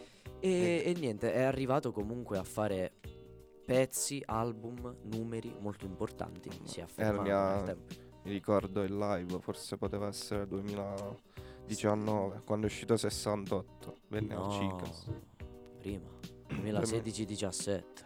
E niente, è arrivato comunque a fare pezzi, album, numeri molto importanti, si è affermato Ernia, nel tempo. mi ricordo il live, forse poteva essere 2019, quando è uscito 68, venne al Cicas. Prima 2016-17.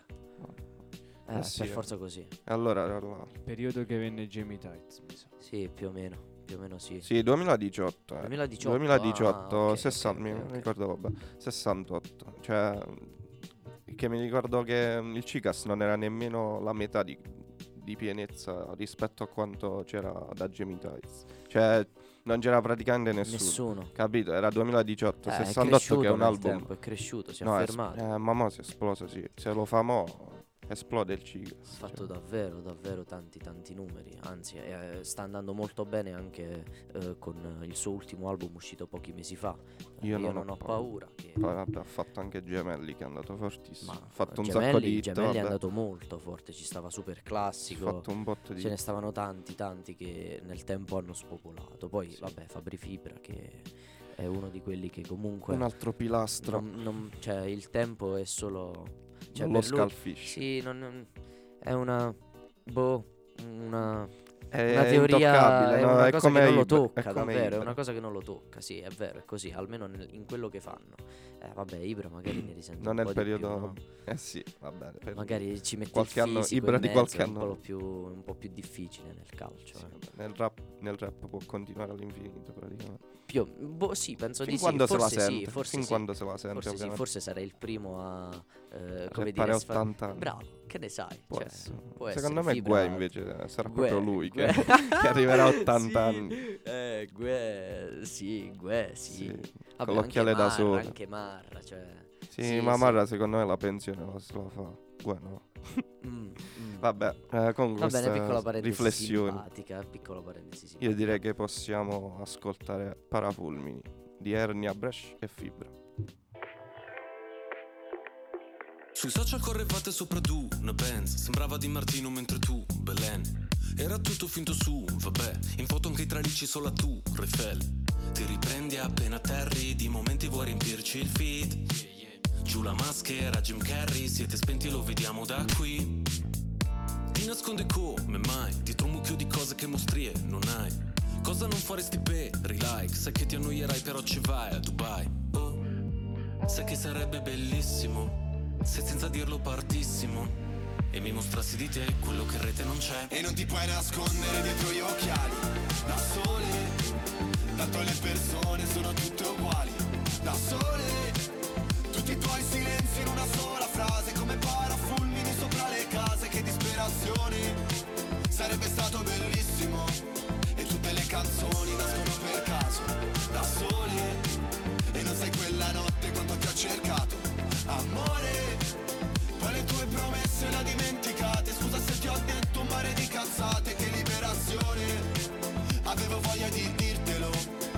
Sì, per forza così. E allora era là. Periodo che venne Jamie Tights, mi sa. Sì, più o meno sì. Sì, 2018. 2018, 60, mi ricordo, vabbè, 68. Cioè, che mi ricordo che il Cicas non era nemmeno la metà di pienezza rispetto a quanto c'era da Jamie Tights. Cioè, non c'era praticamente nessuno. Capito? Era 2018, 68 che è un album. Tempo, è cresciuto, si è No, affermato. ma mo si è esploso, sì. Se lo fa mo esplode il Cicas. Ha fatto davvero tanti numeri. Anzi, sta andando molto bene anche con il suo ultimo album uscito pochi mesi fa. Io non ho paura che... Poi vabbè, ha fatto anche Gemelli che è andato fortissimo. Ma Ha fatto un Gemelli, sacco di hit, Gemelli vabbè. è andato molto forte, ci stava super Ha classico. fatto un botto di Ce ne stavano tanti che nel tempo hanno spopolato. Poi vabbè, Fabri Fibra che è uno di quelli che comunque un altro pilastro. cioè il tempo è solo, cioè, non lo per lui- scalfisce. Sì, è una una È teoria, intoccabile, è no? una È cosa come che non lo Ibra, tocca, è come davvero, è Ibra. una cosa che non lo tocca, sì, è vero, è così, almeno in quello che fanno. Vabbè, Ibra magari ne risente Non un è po' il di periodo. più, no? Eh sì, va bene. Magari ci metti qualche il anno, fisico Ibra in di mezzo, qualche è anno. un po' più difficile nel calcio. Sì, vabbè, nel rap può continuare all'infinito praticamente. Sì, penso Fin di sì. quando se la Forse sente. sì, forse Fin sì. quando se la sente, Forse sì, ovviamente. forse sarei il primo a come Rappare dire, 80 anni. Bravo, che ne sai? Può Cioè, essere. può Secondo essere, me Fibra- Gue invece sarà Gue, proprio lui Gue. che arriverà a 80 Sì, anni. Gue, sì, Gue, sì. Sì, Vabbè, con l'occhiale anche da Marra, sole. anche Marra, cioè. Sì, ma Marra secondo me la pensione se la fa. Gue no. Vabbè, comunque Va bene, queste piccola parentesi riflessioni. simpatica, piccola parentesi Io simpatica. direi che possiamo ascoltare Parafulmini di Ernia, Brescia e Fibra. Sui social correvate sopra tu, una Benz. Sembrava Di Martino mentre tu, Belen. Era tutto finto su, vabbè. In foto anche i tralicci solo a tu, Refel. Ti riprendi appena atterri, di momenti vuoi riempirci il feed. Giù la maschera, Jim Carrey, siete spenti, lo vediamo da qui. Ti nasconde come mai, dietro un mucchio di cose che mostrie non hai. Cosa non faresti per like? Sai che ti annoierai però ci vai a Dubai. Oh, sai che sarebbe bellissimo se senza dirlo partissimo e mi mostrassi di te quello che in rete non c'è. E non ti puoi nascondere dietro gli occhiali da sole, tanto le persone sono tutte uguali. Da sole, tutti i tuoi silenzi in una sola frase, come parafulmini sopra le case. Che disperazione, sarebbe stato bellissimo. E tutte le canzoni nascono per caso, da sole. E non sai quella notte quanto ti ho cercato, amore. Poi le tue promesse le dimenticate. Scusa se ti ho detto un mare di cazzate. Che liberazione, avevo voglia di dirtelo.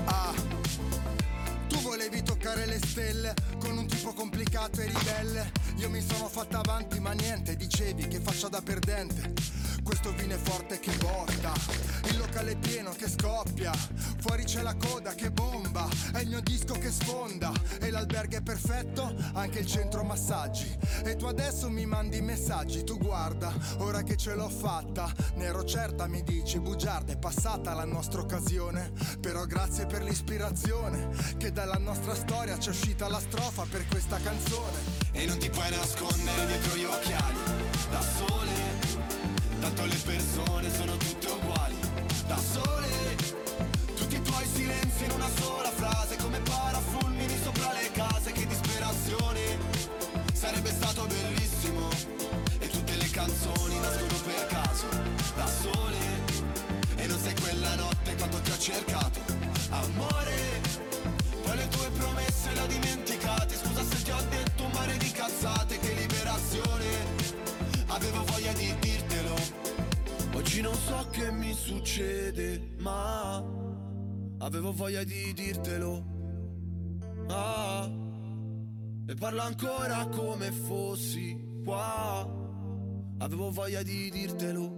Tu volevi toccare le stelle con un tipo complicato e ribelle. Io mi sono fatta avanti ma niente, dicevi che faccia da perdente. questo vino è forte che botta, il locale è pieno che scoppia, fuori c'è la coda che bomba, è il mio disco che sfonda, e l'albergo è perfetto, anche il centro massaggi, e tu adesso mi mandi messaggi, tu guarda, ora che ce l'ho fatta, ne ero certa mi dici, bugiarda è passata la nostra occasione, però grazie per l'ispirazione, che dalla nostra storia c'è uscita la strofa per questa canzone. E non ti puoi nascondere dietro gli occhiali, da sole, tanto le persone sono tutte uguali, da sole, tutti i tuoi silenzi in una sola frase, come parafulmini sopra le case, che disperazione, sarebbe stato bellissimo, e tutte le canzoni nascono per caso, da sole, e non sei quella notte quanto ti ho cercato, amore, poi le tue promesse le ho dimenticate, scusa se ti ho detto un mare di cazzate, che liberazione, avevo voglia di dirtelo, oggi non so che mi succede, ma avevo voglia di dirtelo, e parlo ancora come fossi qua, avevo voglia di dirtelo,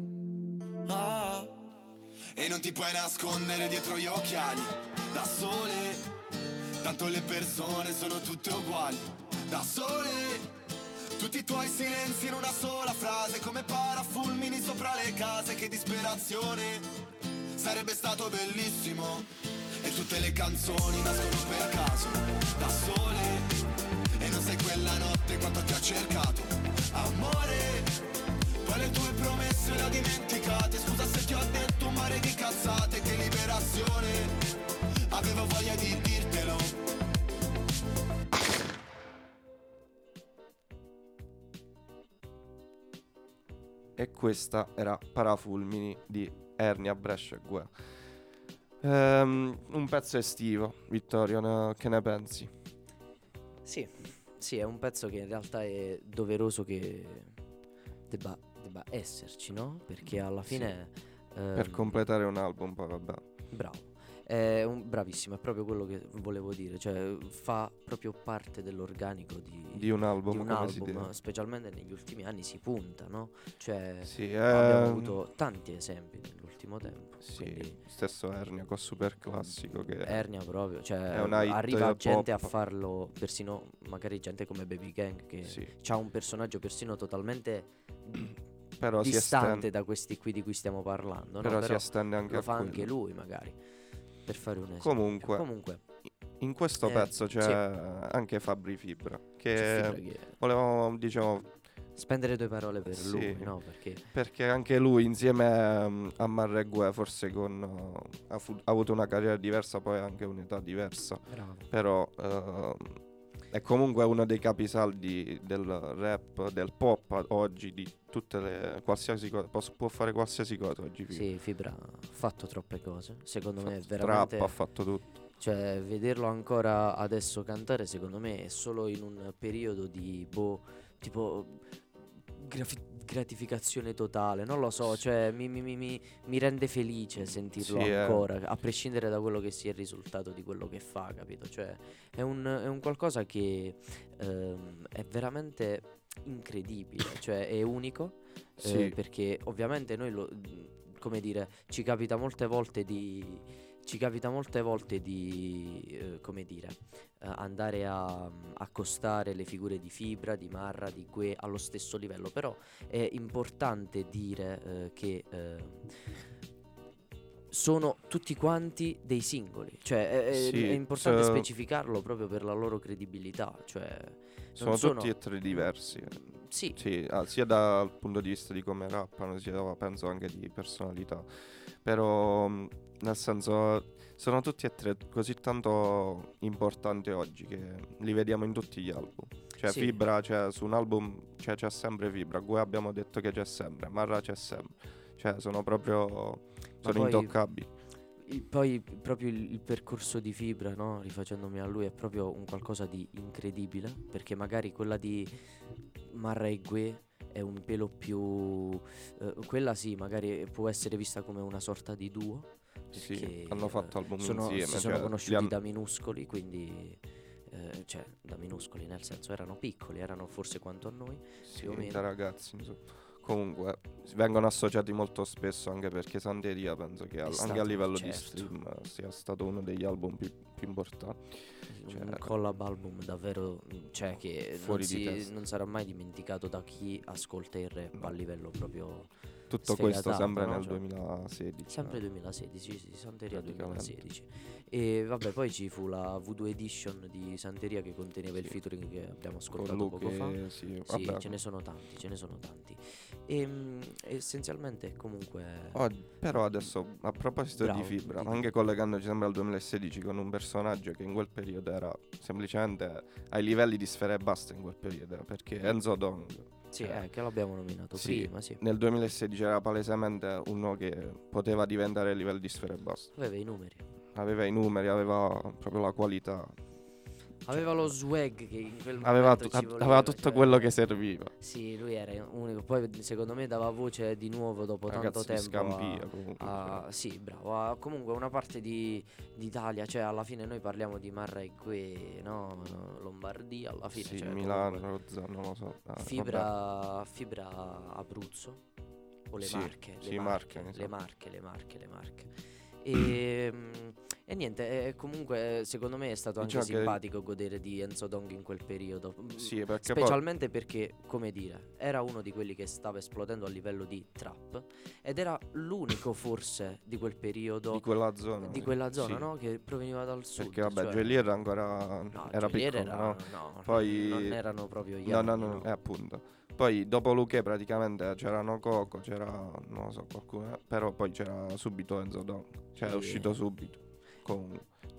e non ti puoi nascondere dietro gli occhiali, da sole, tanto le persone sono tutte uguali, da sole, tutti i tuoi silenzi in una sola frase, come parafulmini sopra le case, che disperazione, sarebbe stato bellissimo, e tutte le canzoni nascono per caso, da sole, e non sei quella notte quanto ti ho cercato, amore, poi le tue promesse le ho dimenticate, scusa se ti ho detto un mare di cazzate, che liberazione, avevo voglia di dirtelo. E questa era Parafulmini di Ernia, Brescia e Guè. Un pezzo estivo, Vittorio, che ne pensi? Sì, è un pezzo che in realtà è doveroso che debba esserci, no? Perché alla fine... Per completare un album, poi vabbè. Bravo. Bravissimo, è proprio quello che volevo dire, cioè fa proprio parte dell'organico di un album, si deve. Specialmente negli ultimi anni si punta, no? Cioè sì, abbiamo avuto tanti esempi nell'ultimo tempo. Sì, quindi... stesso Ernia con super classico che Ernia proprio, cioè arriva gente a farlo, persino magari gente come Baby Gang che ha un personaggio persino totalmente però distante da questi qui di cui stiamo parlando, però, no? si estende anche lo a fa quello. Anche lui magari, per fare un esempio. Comunque in questo pezzo c'è anche Fabri Fibra che volevamo, diciamo, spendere due parole per lui, no? Perché anche lui insieme a Marregue forse ha avuto una carriera diversa, poi anche un'età diversa. Bravo. Però è comunque uno dei capisaldi del rap, del pop oggi, di tutte le qualsiasi cosa, può fare qualsiasi cosa oggi. Sì, Fibra ha fatto troppe cose, secondo me veramente. Trap, ha fatto tutto. Cioè, vederlo ancora adesso cantare, secondo me è solo in un periodo di tipo gratificazione totale, non lo so, cioè mi rende felice sentirlo ancora, a prescindere da quello che sia il risultato di quello che fa, capito? Cioè è un qualcosa che è veramente incredibile, cioè è unico, perché ovviamente noi come dire, ci capita molte volte di come dire, andare a accostare le figure di Fibra, di Marra, di Guè allo stesso livello, però è importante dire che sono tutti quanti dei singoli, cioè è importante specificarlo proprio per la loro credibilità, cioè sono tutti e tre diversi. Sì, sia dal punto di vista di come rappano, sia penso anche di personalità. Però nel senso sono tutti e tre così tanto importanti oggi che li vediamo in tutti gli album. Cioè Fibra, cioè, su un album c'è sempre Fibra, Guè abbiamo detto che c'è sempre, Marra c'è sempre. Cioè sono intoccabili. Poi proprio il percorso di Fibra, no? Rifacendomi a lui, è proprio un qualcosa di incredibile, perché magari quella di Marra e Guè è un pelo più quella magari può essere vista come una sorta di duo, sì, hanno fatto album insieme, si sono conosciuti da minuscoli, quindi da minuscoli nel senso erano piccoli, erano forse quanto a noi, sì, da ragazzi insomma. comunque vengono associati molto spesso, anche perché Santeria penso che anche a livello di stream sia stato uno degli album più importanti. Un collab album davvero, cioè, che non sarà mai dimenticato da chi ascolta il rap a livello proprio tutto questo sempre no? nel 2016. Sempre 2016, sì, Santeria 2016. E vabbè, poi ci fu la Voodoo Edition di Santeria che conteneva il featuring che abbiamo ascoltato poco fa. Sì, ce ne sono tanti. E essenzialmente comunque però adesso a proposito di Fibra, anche collegandoci sempre al 2016 con un personaggio che in quel periodo era semplicemente ai livelli di Sfera Ebbasta in quel periodo, perché Enzo Dong, che l'abbiamo nominato prima, sì. Nel 2016 era palesemente uno che poteva diventare a livelli di Sfera Ebbasta. Aveva i numeri, aveva proprio la qualità. Aveva lo swag che in quel aveva momento aveva tutto quello che serviva. Sì, lui era unico. Poi secondo me dava voce di nuovo dopo tanto tempo Scampia, sì, bravo. Comunque una parte d'Italia, cioè alla fine noi parliamo di Marrakesh, no? Lombardia alla fine, sì, cioè, Milano, non lo so. Fibra Abruzzo o le Marche, le Marche. E niente, comunque secondo me è stato anche simpatico godere di Enzo Dong in quel periodo. Sì, perché specialmente perché, come dire, era uno di quelli che stava esplodendo a livello di trap ed era l'unico forse di quel periodo, di quella zona, sì, no? Che proveniva dal sud. Perché vabbè, Geolier ancora era piccolo, poi non erano proprio gli no, appunto. Poi dopo Luque praticamente c'erano Coco, c'era non lo so qualcuno, però poi c'era subito Enzo Dong, cioè è uscito subito. Con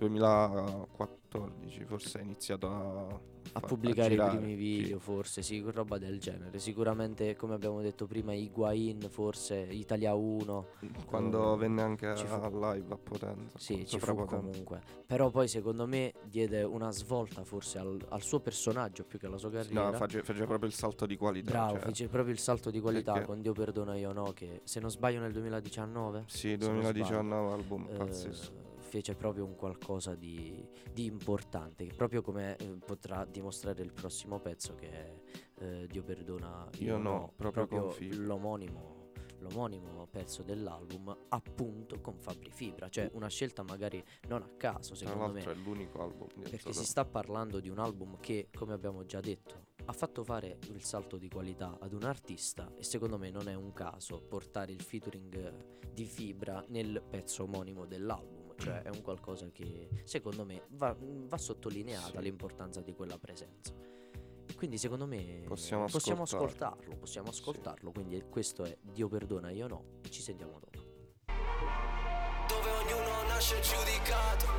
2014 forse ha iniziato a pubblicare i primi video, forse sì, roba del genere. Sicuramente, come abbiamo detto prima, Higuain, forse Italia 1, quando venne anche al live a Potenza. Sì, ci fu comunque. Però poi secondo me diede una svolta forse al suo personaggio più che alla sua carriera. No, fece proprio il salto di qualità. Bravo, fece proprio il salto di qualità con Dio perdona io no, che se non sbaglio nel 2019. Sì, 2019 album pazzesco. Fece proprio un qualcosa di importante, proprio come potrà dimostrare il prossimo pezzo, che è Dio perdona io no, proprio l'omonimo pezzo dell'album, appunto con Fabri Fibra, cioè una scelta magari non a caso, secondo me. Tra l'altro è l'unico album perché si sta parlando di un album che, come abbiamo già detto, ha fatto fare il salto di qualità ad un artista, e secondo me non è un caso portare il featuring di Fibra nel pezzo omonimo dell'album. Cioè è un qualcosa che secondo me va sottolineata l'importanza di quella presenza. E quindi secondo me possiamo ascoltarlo. Quindi questo è Dio perdona io no, e ci sentiamo dopo. Dove ognuno nasce giudicato.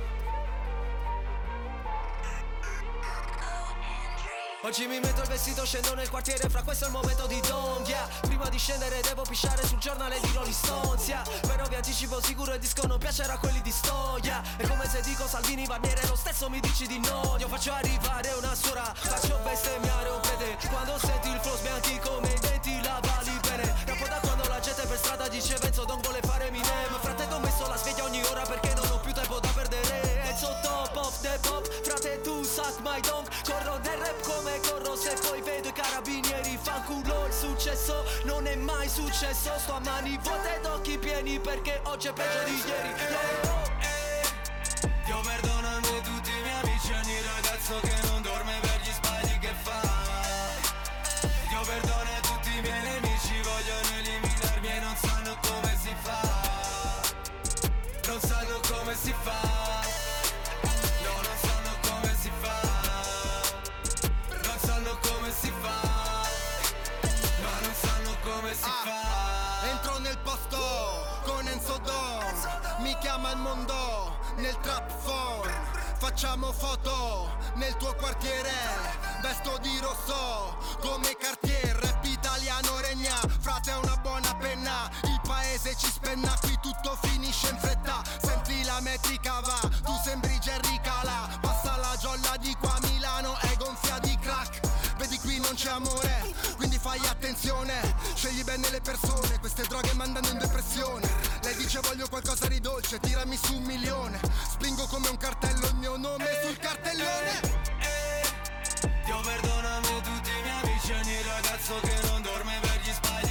Oggi mi metto il vestito, scendo nel quartiere, fra questo è il momento di Donghia. Prima di scendere devo pisciare sul giornale di Rolling Stones, però vi anticipo sicuro il disco non piacerà a quelli di storia. È come se dico Salvini va nere, lo stesso mi dici di no. Io faccio arrivare una suora, faccio bestemmiare un prete. Quando senti il flow sbianchi come i denti, lavali bene. Dopo da quando la gente per strada dice Enzo Dong vuole fare Eminem. Frate t'ho messo la sveglia ogni ora perché non ho più tempo da perdere. Enzo top of the pop, frate tu suck my dong. Corro nel rap come corro se poi vedo i carabinieri. Fanculo il successo, non è mai successo. Sto a mani vuote ed occhi pieni perché oggi è peggio di ieri. Dio perdonami tutti i miei amici, ogni ragazzo che non dorme per gli sbagli che fa. Dio perdona tutti i miei nemici, vogliono eliminarmi e non sanno come si fa. Non sanno come si fa. Entro nel posto con Enzo Dong, mi chiama il mondo nel trap phone. Facciamo foto nel tuo quartiere, vesto di rosso come Cartier. Rap italiano regna, frate è una buona penna. Il paese ci spenna, qui tutto finisce in fretta. Senti la metrica va, tu sembri Jerry Cala. Passa la giolla di qua, Milano è gonfia di crack. Vedi qui non c'è amore, quindi fai attenzione. Scegli bene le persone, queste droghe mandano in depressione. Lei dice voglio qualcosa di dolce, tirami su 1 milione. Spingo come un cartello il mio nome sul cartellone. Dio perdonami tutti i miei amici, ogni ragazzo che non dorme per gli sbagli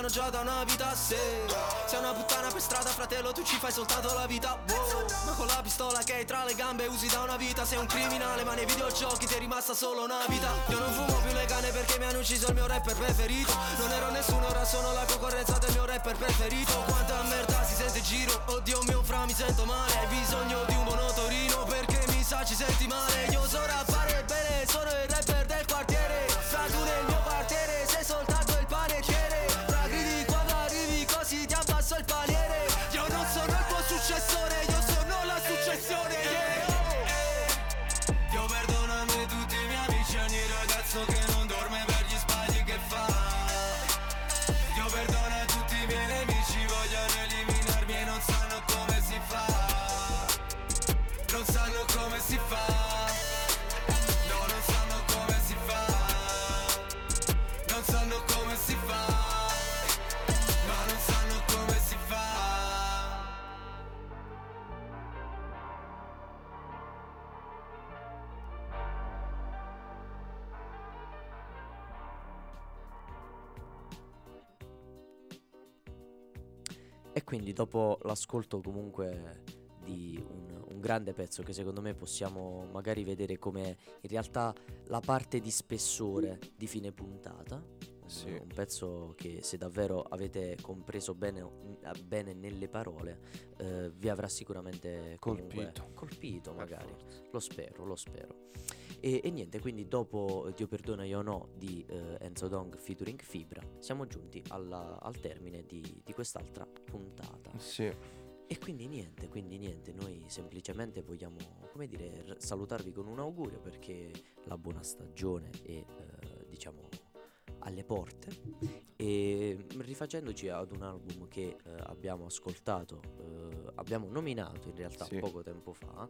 già da una vita. Se sei una puttana per strada, fratello, tu ci fai soltanto la vita, wow. Ma con la pistola che hai tra le gambe usi da una vita. Sei un criminale ma nei videogiochi ti è rimasta solo una vita. Io non fumo più le canne perché mi hanno ucciso il mio rapper preferito. Non ero nessuno, ora sono la concorrenza del mio rapper preferito. Quanta merda si sente in giro, oddio mio fra mi sento male. Hai bisogno di un buon motorino perché mi sa ci senti male. Io so rappare bene, sono il rapper del quartiere. Fra tu nel mio quartiere sei soltanto il panettiere. Fra gridi quando arrivi così ti abbasso il paliere. Io non sono il tuo successore, io sono la successione, yeah. Dio perdonami tutti i miei amici, ogni ragazzo che non dorme per gli sbagli che fa. Dio perdona tutti i miei nemici, vogliono eliminarmi e non sanno come si fa. Non sanno come si fa. No, non sanno come si fa. Non sanno come si fa. No, non sanno come si fa. E quindi dopo l'ascolto comunque di un grande pezzo che secondo me possiamo magari vedere come in realtà la parte di spessore di fine puntata, Sì. un pezzo che se davvero avete compreso bene nelle parole vi avrà sicuramente comunque colpito magari, lo spero. E niente, quindi dopo Dio perdona io no di Enzo Dong featuring Fibra siamo giunti al termine di quest'altra puntata. Sì. E quindi niente, noi semplicemente vogliamo, come dire, salutarvi con un augurio perché la buona stagione è diciamo alle porte e rifacendoci ad un album che abbiamo ascoltato, abbiamo nominato in realtà poco tempo fa,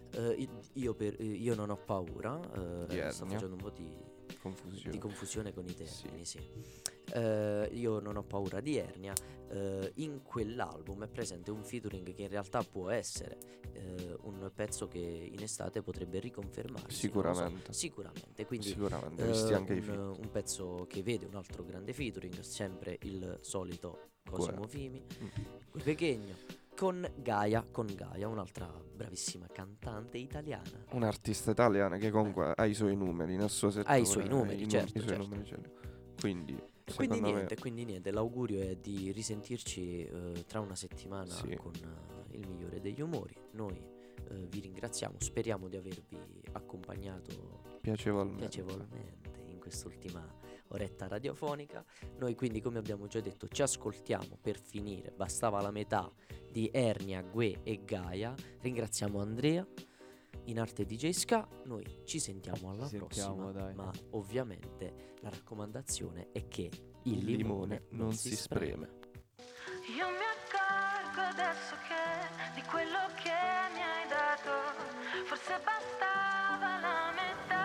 io non ho paura, sto facendo un po' di confusione con i termini, sì. Io non ho paura di Ernia. In quell'album è presente un featuring che in realtà può essere un pezzo che in estate potrebbe riconfermarsi sicuramente, quindi visti anche i feat. Un pezzo che vede un altro grande featuring, sempre il solito Cosimo Fimi, Pechegno con Gaia, un'altra bravissima cantante italiana, un'artista italiana che comunque ha i suoi numeri nel suo settore, ha i suoi numeri, certo. Quindi niente, l'augurio è di risentirci tra una settimana con il migliore degli umori. Noi vi ringraziamo, speriamo di avervi accompagnato piacevolmente in quest'ultima oretta radiofonica. Noi quindi, come abbiamo già detto, ci ascoltiamo per finire, bastava la metà di Ernia, Gue e Gaia. Ringraziamo Andrea in arte DJ Ska. Noi ci sentiamo alla prossima, dai. ma ovviamente la raccomandazione è che il limone non si spreme. Io mi accorgo adesso che di quello che mi hai dato forse bastava la metà.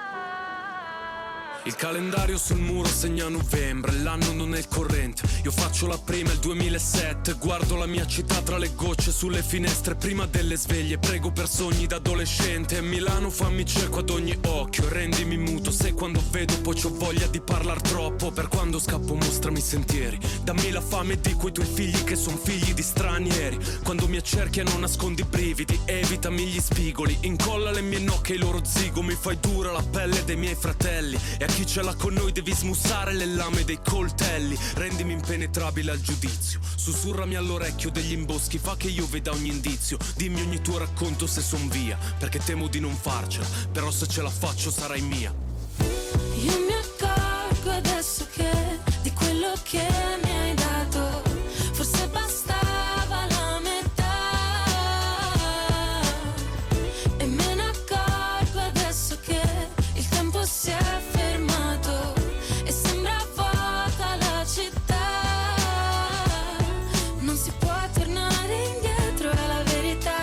Il calendario sul muro segna novembre, l'anno non è il corrente. Io faccio la prima, il 2007. Guardo la mia città tra le gocce sulle finestre prima delle sveglie. Prego per sogni d'adolescente. Milano fammi cieco ad ogni occhio, rendimi muto se quando vedo poi c'ho voglia di parlar troppo. Per quando scappo mostrami i sentieri, dammi la fame di quei tuoi figli che son figli di stranieri. Quando mi accerchiano nascondi i brividi, evitami gli spigoli. Incolla le mie nocche ai loro zigomi, fai dura la pelle dei miei fratelli. E a chi ce l'ha con noi devi smussare le lame dei coltelli. Rendimi impenetrabile al giudizio, sussurrami all'orecchio degli imboschi, fa che io veda ogni indizio. Dimmi ogni tuo racconto se son via, perché temo di non farcela, però se ce la faccio sarai mia. Io mi accorgo adesso che di quello che mi hai dato forse bastava la metà. E me ne accorgo adesso che il tempo si è fermato e sembra vuota la città. Non si può tornare indietro, è la verità.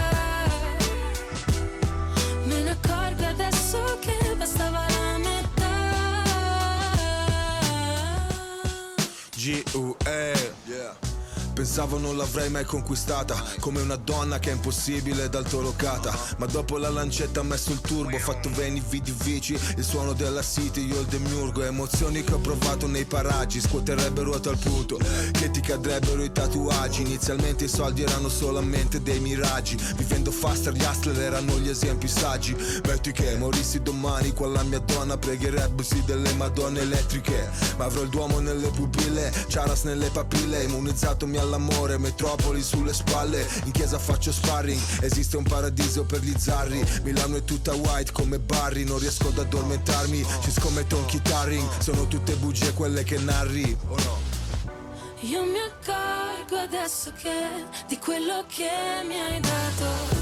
Me ne accorgo adesso che bastava la metà. G-U-E, yeah. Pensavo non l'avrei mai conquistata, come una donna che è impossibile ed altolocata. Ma dopo la lancetta ha messo il turbo, ho fatto veni vidi vici, il suono della city, io il demiurgo. Emozioni che ho provato nei paraggi, scuoterebbe ruote al punto che ti cadrebbero i tatuaggi. Inizialmente i soldi erano solamente dei miraggi, vivendo faster gli hustler erano gli esempi saggi. Metti che morissi domani, qua la mia donna pregherebbe sì delle madonne elettriche. Ma avrò il Duomo nelle pupille, Charas nelle papille, immunizzatomi all'amore, metropoli sulle spalle. In chiesa faccio sparring, esiste un paradiso per gli zarri. Milano è tutta white come Barry, non riesco ad addormentarmi, ci scommetto un chitarring. Sono tutte bugie quelle che narri, o no? Io mi accorgo adesso che di quello che mi hai dato